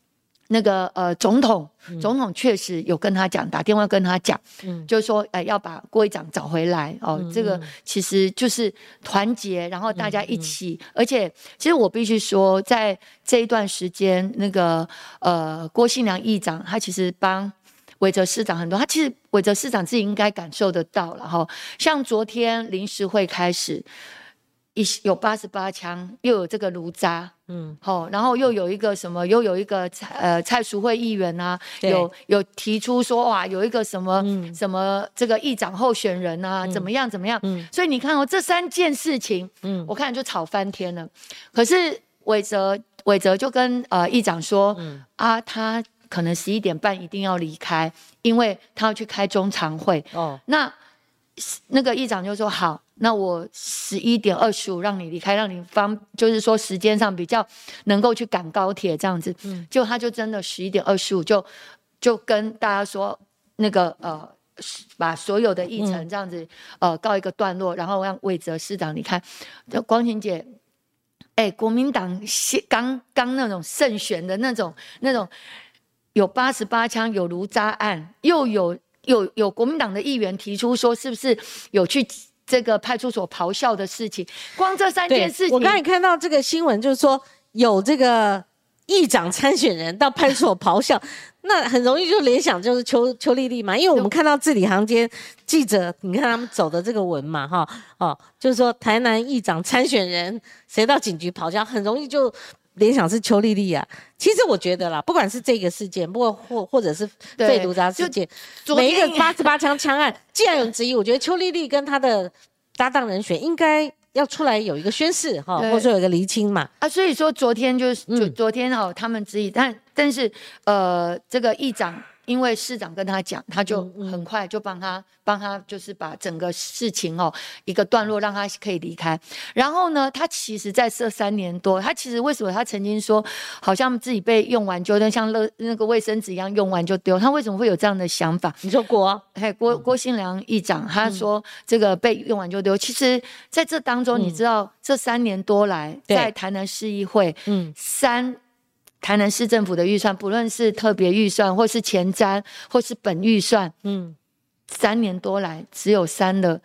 那个总统确实有跟他讲，打电话跟他讲，就是说要把郭议长找回来哦，这个其实就是团结，然后大家一起，而且其实我必须说，在这一段时间，那个郭信良议长他其实帮伟哲市长很多，他其实伟哲市长自己应该感受得到了哈，像昨天临时会开始。有88枪，又有这个炉渣，然后又有一个什么，又有一个蔡淑慧议员啊，有提出说哇，有一个什么、什么这个议长候选人啊，怎么样，所以你看这3件事情，我看就吵翻天了。可是伟哲就跟议长说，他可能11点半一定要离开，因为他要去开中常会。那个议长就说好。那我11点25让你离开，让你就是说时间上比较能够去赶高铁这样子。就他就真的11点25就跟大家说那个把所有的议程这样子告一个段落，然后让魏哲市长离开。光晴姐，国民党刚那种胜选的那种有88枪，有炉渣案，又有国民党的议员提出说是不是有去这个派出所咆哮的事情，光这3件事情， 我刚才看到这个新闻，就是说有这个议长参选人到派出所咆哮，那很容易就联想就是邱丽丽嘛，因为我们看到字里行间记者，你看他们走的这个文嘛，就是说台南议长参选人谁到警局咆哮，很容易就联想是邱丽丽啊。其实我觉得啦，不管是这个事件，不过或者是废毒渣事件，每一个88枪枪案，既然有人质疑，我觉得邱丽丽跟她的搭档人选应该要出来有一个宣誓或者说有一个厘清嘛。 所以说昨天昨天他们质疑，但是这个议长。因为市长跟他讲，他就很快就帮他就是把整个事情一个段落让他可以离开。然后呢，他其实在这3年多，他其实为什么他曾经说好像自己被用完就丢，像那个卫生纸一样用完就丢，他为什么会有这样的想法？ 你说郭信良议长他说这个被用完就丢，其实在这当中你知道这3年多来在台南市议会台南市政府的预算，不论是特别预算或是前瞻或是本预算，3年多来只有删了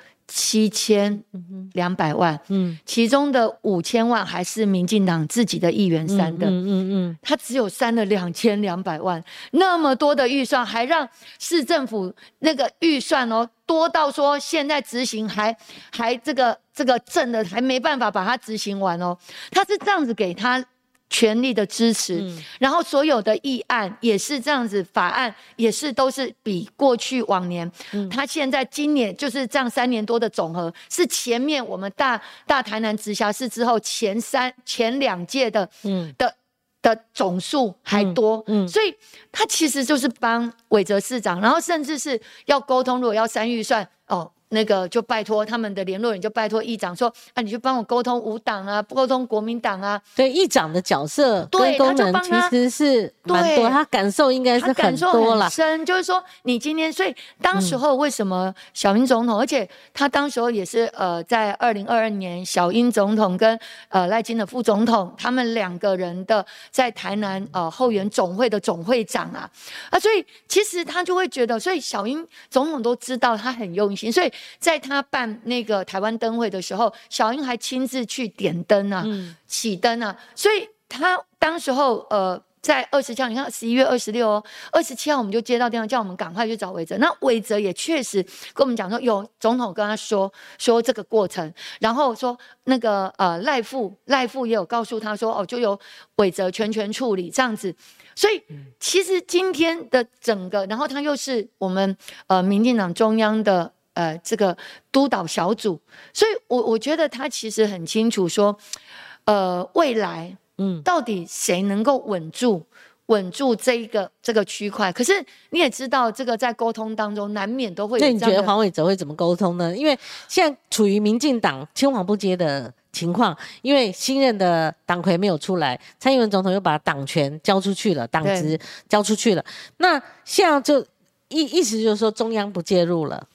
7200万，其中的5000万还是民进党自己的议员删的，他只有删了2200万，那么多的预算，还让市政府那个预算多到说现在执行还这个正的还没办法把它执行完他是这样子给他全力的支持，然后所有的议案也是这样子，法案也是都是比过去往年，他现在今年就是这样3年多的总和，是前面我们大台南直辖市之后前2届的总数还多，所以他其实就是帮伟哲市长，然后甚至是要沟通，如果要删预算那个就拜托他们的联络人，就拜托议长说你去帮我沟通5党啊，沟通国民党啊。 对，议长的角色跟功能其实是蛮多，他感受应该是很多了。 深，就是说你今天，所以当时候为什么小英总统，而且他当时候也是在2022年，小英总统跟赖清德副总统他们2个人的在台南后援总会的总会长所以其实他就会觉得，所以小英总统都知道他很用心，所以。在他办那个台湾灯会的时候，小英还亲自去点灯启灯所以他当时候在27号，你看11月26 27号我们就接到电话，叫我们赶快去找伟哲。那伟哲也确实跟我们讲说，有总统跟他说这个过程，然后说那个赖副也有告诉他说就由伟哲全权处理这样子。所以其实今天的整个，然后他又是我们民进党中央的。这个督导小组，所以我觉得他其实很清楚说，未来到底谁能够稳住这个区块？可是你也知道，这个在沟通当中难免都会有这样的。 那你觉得黄伟哲会怎么沟通呢？因为现在处于民进党青黄不接的情况，因为新任的党魁没有出来，蔡英文总统又把党权交出去了，党职交出去了，那现在就意思就是说中央不介入了。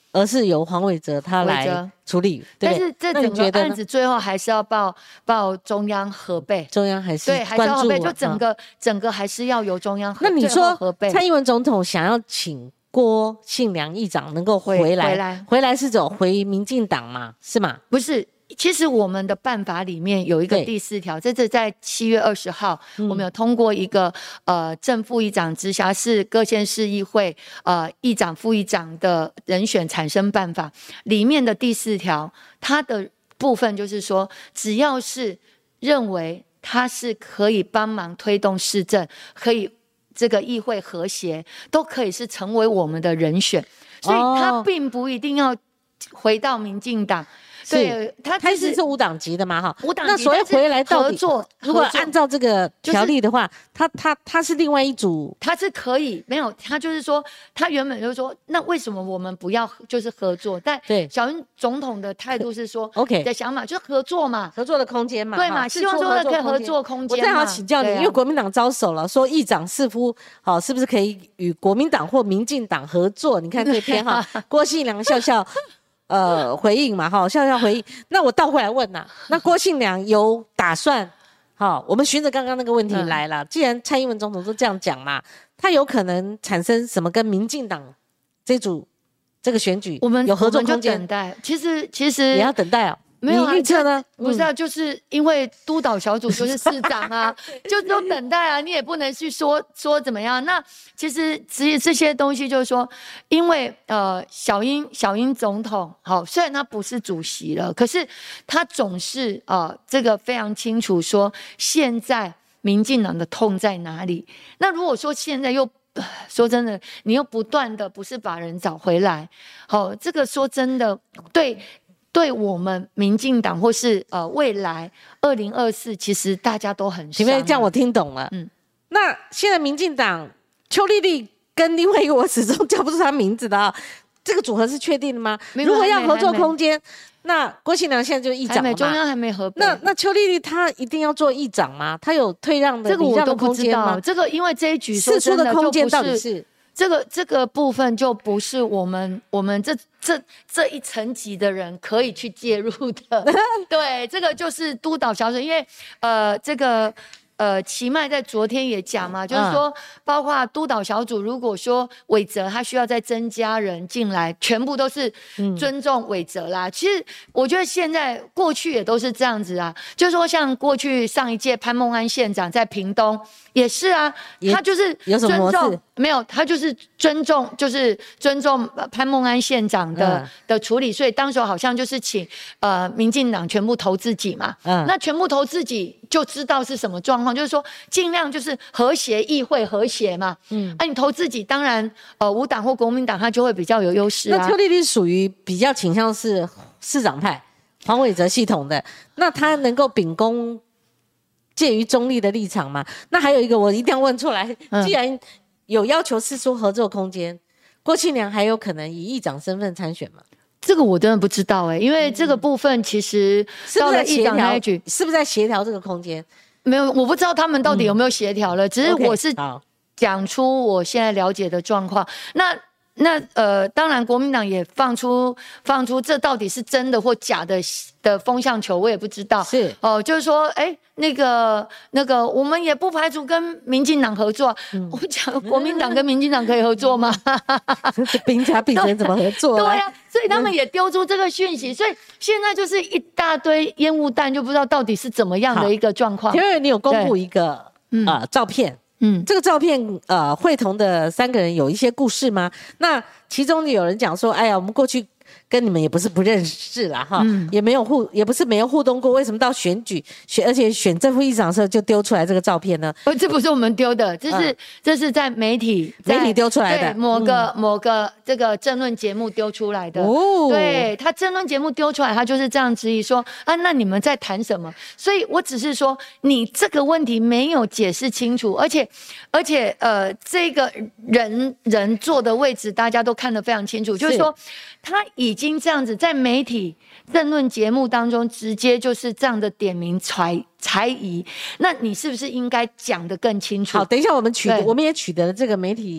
而是由黄伟哲他来处理。 但是这整个案子最后还是要报中央核备， 中央还是对，还是要核备，就整个还是要由中央核备。 那你说蔡英文总统想要请郭信良议长能够回来是走回民进党嘛？是吗？ 不是。其实我们的办法里面有一个第4条，这在7月20号，我们有通过一个正副议长直辖市各县市议会议长、副议长的人选产生办法里面的第4条，它的部分就是说，只要是认为他是可以帮忙推动市政，可以这个议会和谐，都可以是成为我们的人选，所以他并不一定要回到民进党。对，他是无党籍的嘛，哈， 无党籍。 那所以回来到底合作， 如果按照这个条例的话，他是另外一组， 他是可以没有，他就是说，他原本就是说，那为什么我们不要就是合作？但小英总统的态度是说 ，OK 的想法就是合作嘛， 合作的空间嘛， 对嘛，希望说可以合作空间。 我正好请教你，因为国民党招手了，说议长似乎是不是可以与国民党或民进党合作？你看这篇哈，郭信良笑笑。回应嘛，笑笑回应。那我倒回来问呐，那郭信良有打算？我们循着刚刚那个问题来了。既然蔡英文总统都这样讲嘛，他有可能产生什么跟民进党这个选举有合作空间？ 等待。其实也要等待哦。 没有啊， 预测呢？ 不是啊，就是因为督导小组就是市长啊，就都等待啊，你也不能去说怎么样。那其实这些东西就是说，因为小英总统虽然他不是主席了，可是他总是这个非常清楚说现在民进党的痛在哪里。那如果说现在又说真的，你又不断的不是把人找回来，这个说真的对我们民进党或是未来2024，其实大家都很伤。 这样我听懂了。那现在民进党邱丽丽跟另外一个我始终叫不出他名字的这个组合是确定的吗？如果要合作空间，那郭信良现在就是议长了嘛， 中央还没合备。 那邱丽丽她一定要做议长吗？她有退让的礼让的空间吗？ 这个因为这一局释出的空间到底是？ 这个部分就不是我们这一层级的人可以去介入的。对，这个就是督导小组，因为这个奇迈在昨天也讲嘛，就是说包括督导小组，如果说伟哲他需要再增加人进来，全部都是尊重伟哲啦。其实我觉得现在过去也都是这样子啊，就是说像过去上一届潘孟安县长在屏东也是啊，他就是尊重，没有，他就是尊重潘孟安县长的处理，所以当时好像就是请民进党全部投自己嘛，那全部投自己就知道是什么状况，就是说尽量就是和谐，议会和谐嘛，你投自己，当然无党或国民党他就会比较有优势啊。 那邱丽丽属于比较倾向是市长派黄伟哲系统的，那他能够秉公介于中立的立场吗？那还有一个我一定要问出来，既然有要求释出合作空间，郭庆良还有可能以议长身份参选吗？ 这个我真的不知道因为这个部分其实到了议长那一局， 是不是在协调这个空间？ 没有，我不知道他们到底有没有协调了，只是我是讲出我现在了解的状况。那当然国民党也放出这到底是真的或假的风向球，我也不知道。 是就是说，那个，我们也不排除跟民进党合作。我讲国民党跟民进党可以合作吗？ 兵家必争怎么合作？ 对啊，所以他们也丢出这个讯息，所以现在就是一大堆烟雾弹，就不知道到底是怎么样的一个状况。 因为你有公布一个照片。这个照片会同的3个人有一些故事吗？那其中有人讲说，哎呀，我们过去跟你们也不是不认识啦哈，也不是没有互动过，为什么到选举而且选正副议长的时候就丢出来这个照片呢？ 这不是我们丢的，这是在媒体丢出来的， 对某个这个政论节目丢出来的。对，他政论节目丢出来，他就是这样质疑说那你们在谈什么？所以我只是说你这个问题没有解释清楚，而且这个人坐的位置大家都看得非常清楚，就是说他已经这样子在媒体政论节目当中直接就是这样的点名猜疑，那你是不是应该讲得更清楚？ 好，等一下我们也取得了这个媒体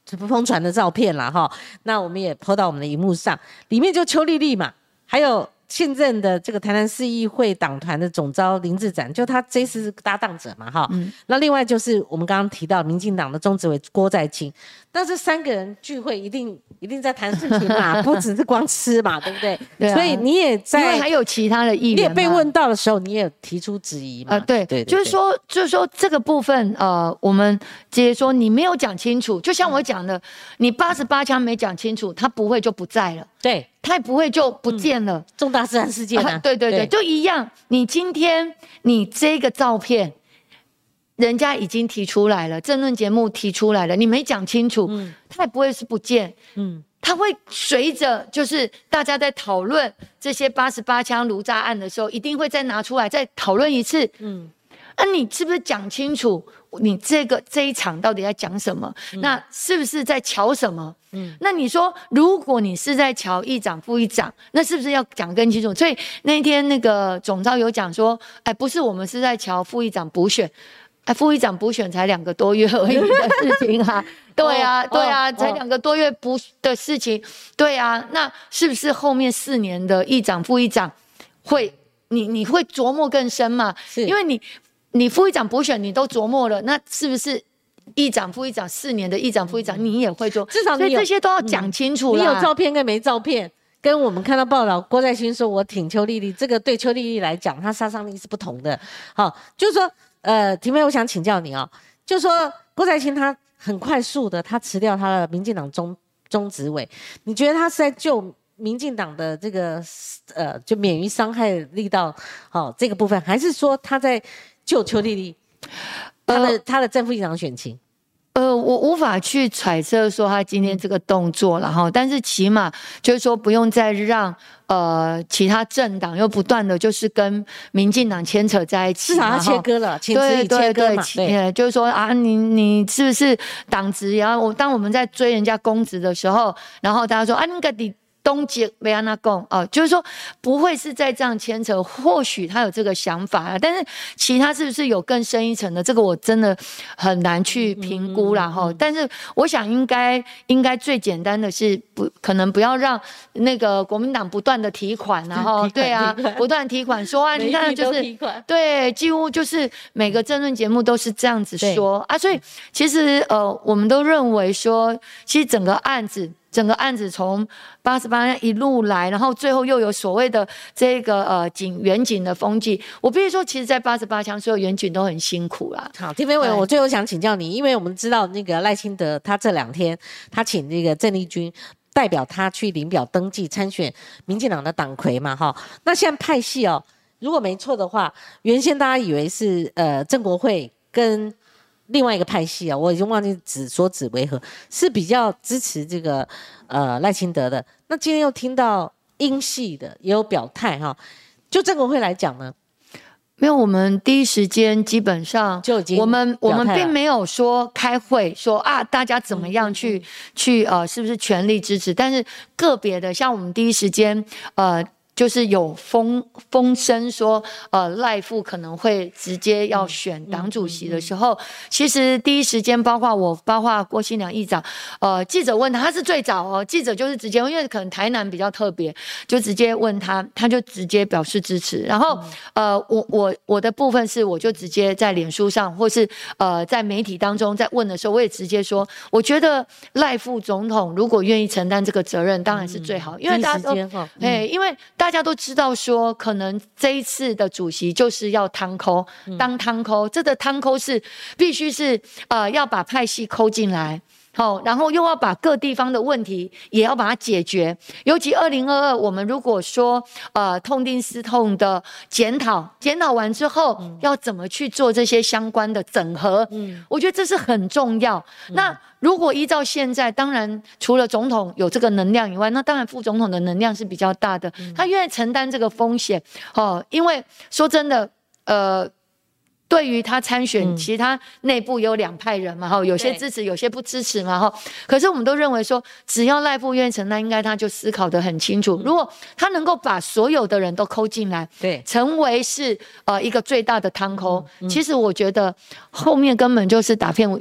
疯传的照片啦哈，那我们也 po 到我们的荧幕上，里面就邱丽丽嘛，还有现任的这个台南市议会党团的总召林志展，就他这次是搭档者嘛哈。那另外就是我们刚刚提到民进党的中执委郭在清，那这3个人聚会一定在谈事情嘛，不只是光吃嘛，对不对？ 对啊， 所以你也在， 因为还有其他的议员， 你也被问到的时候，你也有提出质疑嘛？ 对，就是说这个部分，我们直接说你没有讲清楚，就像我讲的，你88枪没讲清楚，他不会就不在了， 对， 他也不会就不见了， 重大自然事件啊， 对，就一样。你今天你这个照片，人家已经提出来了，政论节目提出来了，你没讲清楚，他也不会是不见，他会随着就是大家在讨论这些88枪卢渣案的时候，一定会再拿出来再讨论一次，那你是不是讲清楚你这一场到底在讲什么？那是不是在瞧什么？那你说，如果你是在瞧议长、副议长，那是不是要讲更清楚？所以那天那个总召有讲说，不是我们是在瞧副议长补选，副议长补选才2个多月而已的事情啊。对啊，才2个多月的事情。对啊，那是不是后面4年的议长、副议长你会琢磨更深嘛？因为你副议长补选你都琢磨了，那是不是议长、副议长4年的议长、副议长你也会做？至少所以这些都要讲清楚啦。 你有照片跟没照片，跟我们看到报道，郭在清说我挺邱丽丽，这个对邱丽丽来讲，她杀伤力是不同的。好，就是说，婷妹，我想请教你哦，就是说郭在清他很快速的，他辞掉他的民进党中执委，你觉得他是在救民进党的这个就免于伤害力道这个部分，还是说他在救邱丽丽他的正副议长选情？ 我无法去揣测说他今天这个动作了哈，但是起码就是说不用再让其他政党又不断的就是跟民进党牵扯在一起， 至少要切割了，请自己切割嘛。 对，就是说啊，你是不是党职？然后当我们在追人家公职的时候，然后大家说啊，那个你东杰维安纳贡就是说不会是在这样牵扯，或许他有这个想法啦，但是其他是不是有更深一层的，这个我真的很难去评估啦哈。但是我想应该最简单的是可能不要让那个国民党不断的提款，然后对啊，不断提款说啊，你看就是对，几乎就是每个政论节目都是这样子说啊，所以其实我们都认为说，其实整个案子从88一路来，然后最后又有所谓的这个远景的风纪。我必须说，其实，在88枪所有远景都很辛苦啦。 好，丁飞委，我最后想请教你，因为我们知道那个赖清德他这2天他请那个郑丽君代表他去领表登记参选民进党的党魁嘛，哈。那现在派系如果没错的话，原先大家以为是郑国会跟另外一个派系我已经忘记指为何，是比较支持这个赖清德的。那今天又听到英系的也有表态就郑国会来讲呢， 没有，我们第一时间基本上就已经我们并没有说开会说啊大家怎么样去是不是全力支持，但是个别的像我们第一时间就是有风声说，赖副可能会直接要选党主席的时候，其实第一时间包括郭新良议长，记者问他是最早记者就是直接问，因为可能台南比较特别，就直接问他就直接表示支持。然后我的部分是我就直接在脸书上或是在媒体当中在问的时候，我也直接说，我觉得赖副总统如果愿意承担这个责任，当然是最好，因为大家都因为大家都知道说，可能这一次的主席就是要当汤抠，这个汤抠是必须是要把派系抠进来。然后又要把各地方的问题也要把它解决，尤其2022我们如果说痛定思痛的检讨完之后，要怎么去做这些相关的整合，我觉得这是很重要。那如果依照现在，当然除了总统有这个能量以外，那当然副总统的能量是比较大的，他愿意承担这个风险因为说真的对于他参选，其实他内部有2派人嘛，有些支持，有些不支持嘛，可是我们都认为说，只要赖副愿意承担，应该他就思考得很清楚。如果他能够把所有的人都抠进来，对，成为是一个最大的汤抠，其实我觉得后面根本就是打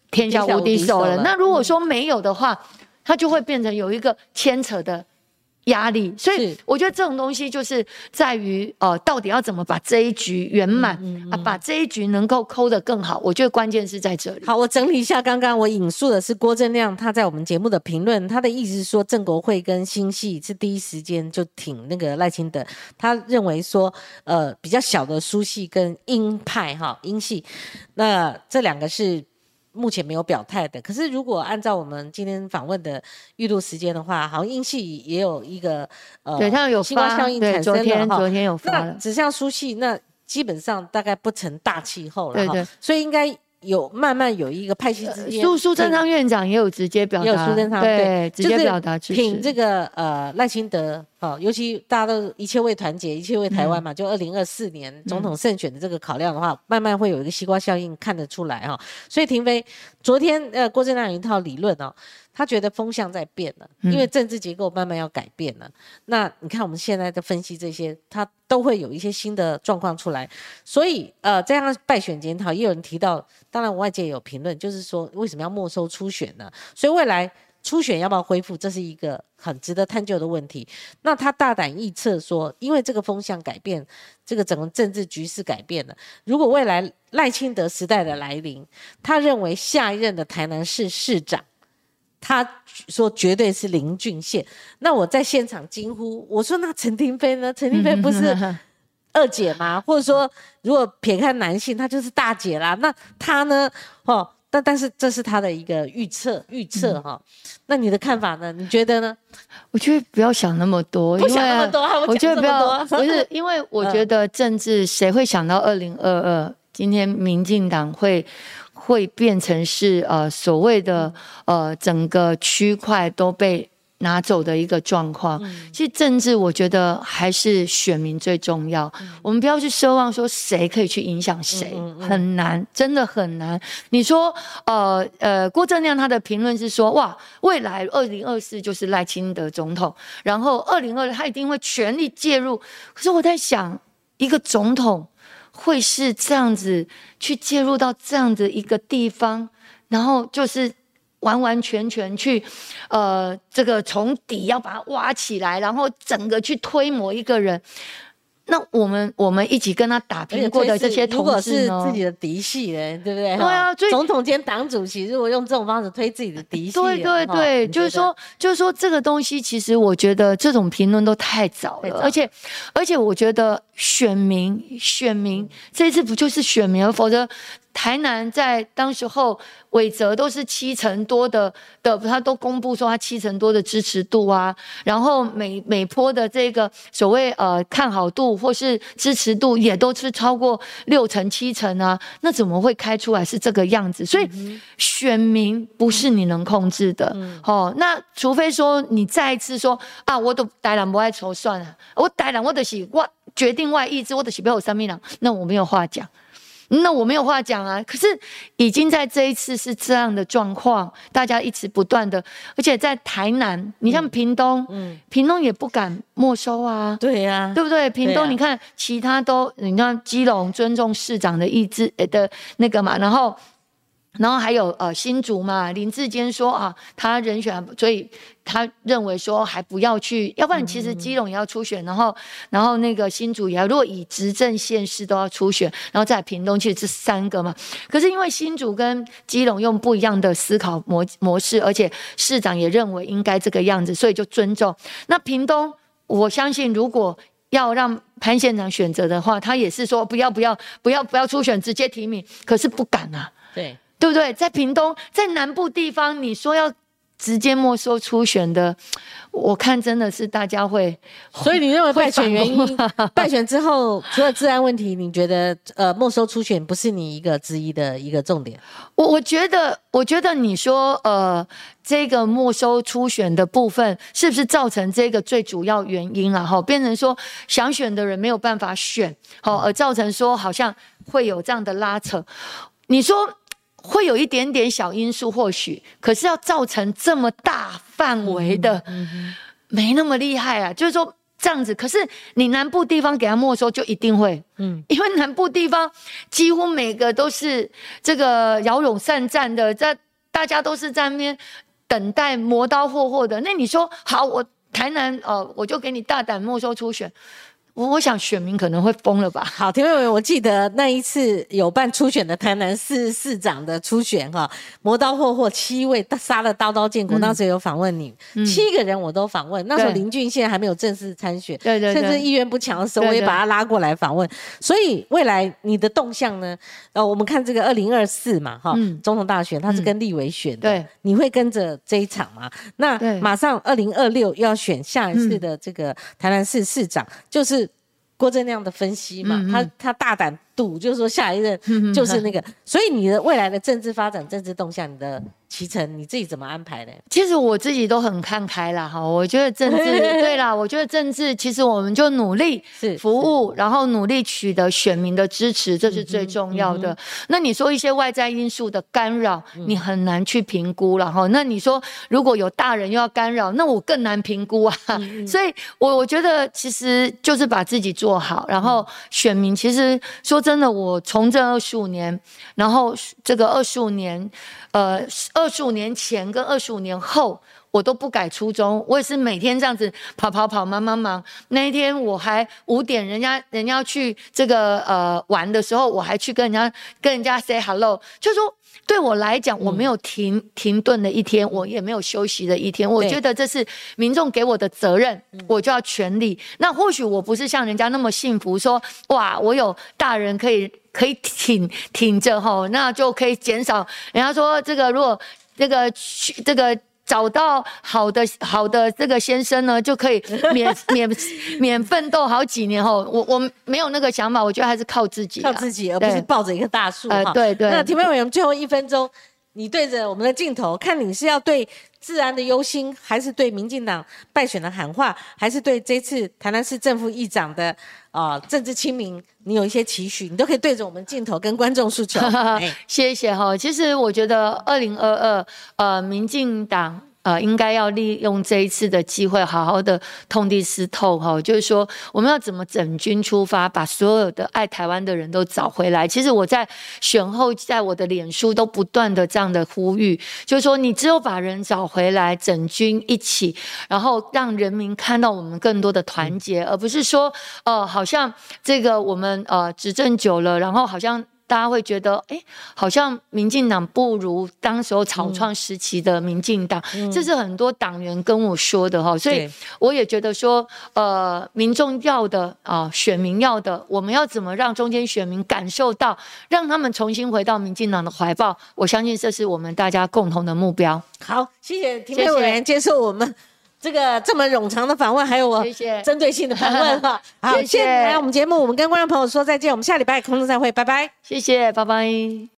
天下无敌手了。那如果说没有的话，它就会变成有一个牵扯的压力，所以我觉得这种东西就是在于到底要怎么把这一局圆满把这一局能够抠得更好，我觉得关键是在这里。 好，我整理一下，刚刚我引述的是郭正亮他在我们节目的评论，他的意思是说郑国会跟新系是第一时间就挺那个赖清德，他认为说比较小的苏系跟鹰派鹰系，那这两个是目前没有表态的。可是如果按照我们今天访问的预录时间的话，好像英系也有一个对，它有西瓜效应产生了昨天有发了。 那只像苏系，那基本上大概不成大气候了， 对， 所以应该有慢慢有一个派系之间。 苏贞昌院长也有直接表达， 也有苏贞昌对直接表达支持， 挺这个赖清德。尤其大家都一切为团结，一切为台湾嘛，就2024年总统胜选的这个考量的话，慢慢会有一个西瓜效应看得出来所以亭妃昨天郭正亮有一套理论他觉得风向在变了，因为政治结构慢慢要改变了。那你看我们现在在分析这些，它都会有一些新的状况出来。所以这样败选检讨，也有人提到，当然外界也有评论，就是说为什么要没收初选呢？所以未来初选要不要恢复，这是一个很值得探究的问题。那他大胆预测说，因为这个风向改变，这个整个政治局势改变了，如果未来赖清德时代的来临，他认为下一任的台南市市长，他说绝对是林俊宪。那我在现场惊呼，我说那陈亭妃呢？陈亭妃不是二姐吗？或者说如果撇开男性，她就是大姐啦。那她呢？但是这是他的一个预测那你的看法呢？你觉得呢？ 我觉得不要想那么多， 不想那么多， 我觉得不要，不是因为我觉得政治谁会想到2022今天民进党会变成是所谓的整个区块都被拿走的一个状况。其实政治我觉得还是选民最重要，我们不要去奢望说谁可以去影响谁，很难，真的很难。你说郭正亮他的评论是说，哇，未来2024就是赖清德总统，然后2026他一定会全力介入。可是我在想，一个总统会是这样子去介入到这样的一个地方，然后就是完完全全去这个从底要把它挖起来，然后整个去推磨一个人。那我们一起跟他打拼过的这些同事呢？ 如果是自己的嫡系人，对不对？ 对啊， 总统兼党主席如果用这种方式推自己的嫡系， 对，就是说这个东西，其实我觉得这种评论都太早了，而且我觉得选民这一次不就是选民，否则台南在当时候韦哲都是70%多的，他都公布说他70%多的支持度啊，然后每波的这个所谓看好度或是支持度也都是超过60%、70%啊，那怎么会开出来是这个样子？所以选民不是你能控制的，那除非说你再一次说啊，我都台南不爱筹算了，我台南我就是我决定我的意志，我就是要有3名人，那我没有话讲。啊！可是已经在这一次是这样的状况，大家一直不断的，而且在台南，你像屏东，屏东也不敢没收啊， 对呀， 对不对？屏东你看其他都，你看基隆尊重市长的意志的那个嘛，然后还有新竹嘛，林智坚说啊，他人选，所以他认为说还不要去，要不然其实基隆也要初选，然后那个新竹也要，如果以执政县市都要初选，然后再屏东，其实这3个嘛。可是因为新竹跟基隆用不一样的思考模式，而且市长也认为应该这个样子，所以就尊重。那屏东，我相信如果要让潘县长选择的话，他也是说不要初选，直接提名，可是不敢啊。对不对？在屏东，在南部地方，你说要直接没收初选的，我看真的是大家会。 所以你认为败选原因？败选之后，除了治安问题，你觉得没收初选不是你之一的一个重点？ 我觉得你说这个没收初选的部分，是不是造成这个最主要原因啦？变成说想选的人没有办法选，而造成说好像会有这样的拉扯。你说会有一点点小因素，或许，可是要造成这么大范围的，没那么厉害啊。就是说， 这样子，可是你南部地方给他没收就一定会，因为南部地方几乎每个都是这个骁勇善战的，大家都是在那边等待磨刀霍霍的。那你说好，我台南我就给你大胆没收初选。我想选民可能会疯了吧。 好，田委员，我记得那一次有办初选的台南市市长的初选磨刀霍霍7位杀了刀刀见骨，当时有访问你，7个人我都访问。那时候林俊宪还没有正式参选， 对， 甚至意愿不强的时候，我也把他拉过来访问。所以未来你的动向呢？我们看这个2024嘛，总统大选，他是跟立委选的， 对， 你会跟着这一场吗？那马上2026要选下一次的这个台南市市长，就是郭正亮的分析嘛，他大胆赌，就是说下一任就是那个，所以你的未来的政治发展、政治动向，你的期程你自己怎么安排呢？ 其实我自己都很看开啦，我觉得政治对啦，我觉得政治其实我们就努力服务，然后努力取得选民的支持，这是最重要的。那你说一些外在因素的干扰，你很难去评估了哈。那你说如果有大人又要干扰，那我更难评估啊。所以我觉得其实就是把自己做好，然后选民其实说真的，我从这25年，然后这个25年，25年前跟25年后，我都不改初衷。我也是每天这样子跑，忙。那一天我还5点，人家要去这个玩的时候，我还去跟人家 say hello， 就说对我来讲，我没有停顿的一天，我也没有休息的一天。我觉得这是民众给我的责任，我就要全力。那或许我不是像人家那么幸福，说哇，我有大人可以挺着吼，那就可以减少。人家说这个如果这个找到好的这个先生呢，就可以免奋斗好几年吼。我没有那个想法，我觉得还是靠自己， 而不是抱着一棵大树。 对。 那田委员最后1分钟，你对着我们的镜头，看你是要对治安的忧心，还是对民进党败选的喊话，还是对这次台南市正副议长的政治清明，你有一些期许，你都可以对着我们镜头跟观众诉求。 谢谢哈。其实我觉得2022民进党应该要利用这一次的机会，好好的痛定思痛哈，就是说我们要怎么整军出发，把所有的爱台湾的人都找回来。其实我在选后，在我的脸书都不断的这样的呼吁，就是说你只有把人找回来，整军一起，然后让人民看到我们更多的团结，而不是说好像这个我们执政久了，然后好像大家会觉得，好像民进党不如当时候草创时期的民进党，这是很多党员跟我说的哈，所以我也觉得说，民众要的选民要的，我们要怎么让中间选民感受到，让他们重新回到民进党的怀抱？我相信这是我们大家共同的目标。 好，谢谢田委员接受我们这个这么冗长的访问，还有我针对性的访问哈。好，谢谢来我们节目，我们跟观众朋友说再见，我们下礼拜空中再会，拜拜。 谢谢，拜拜。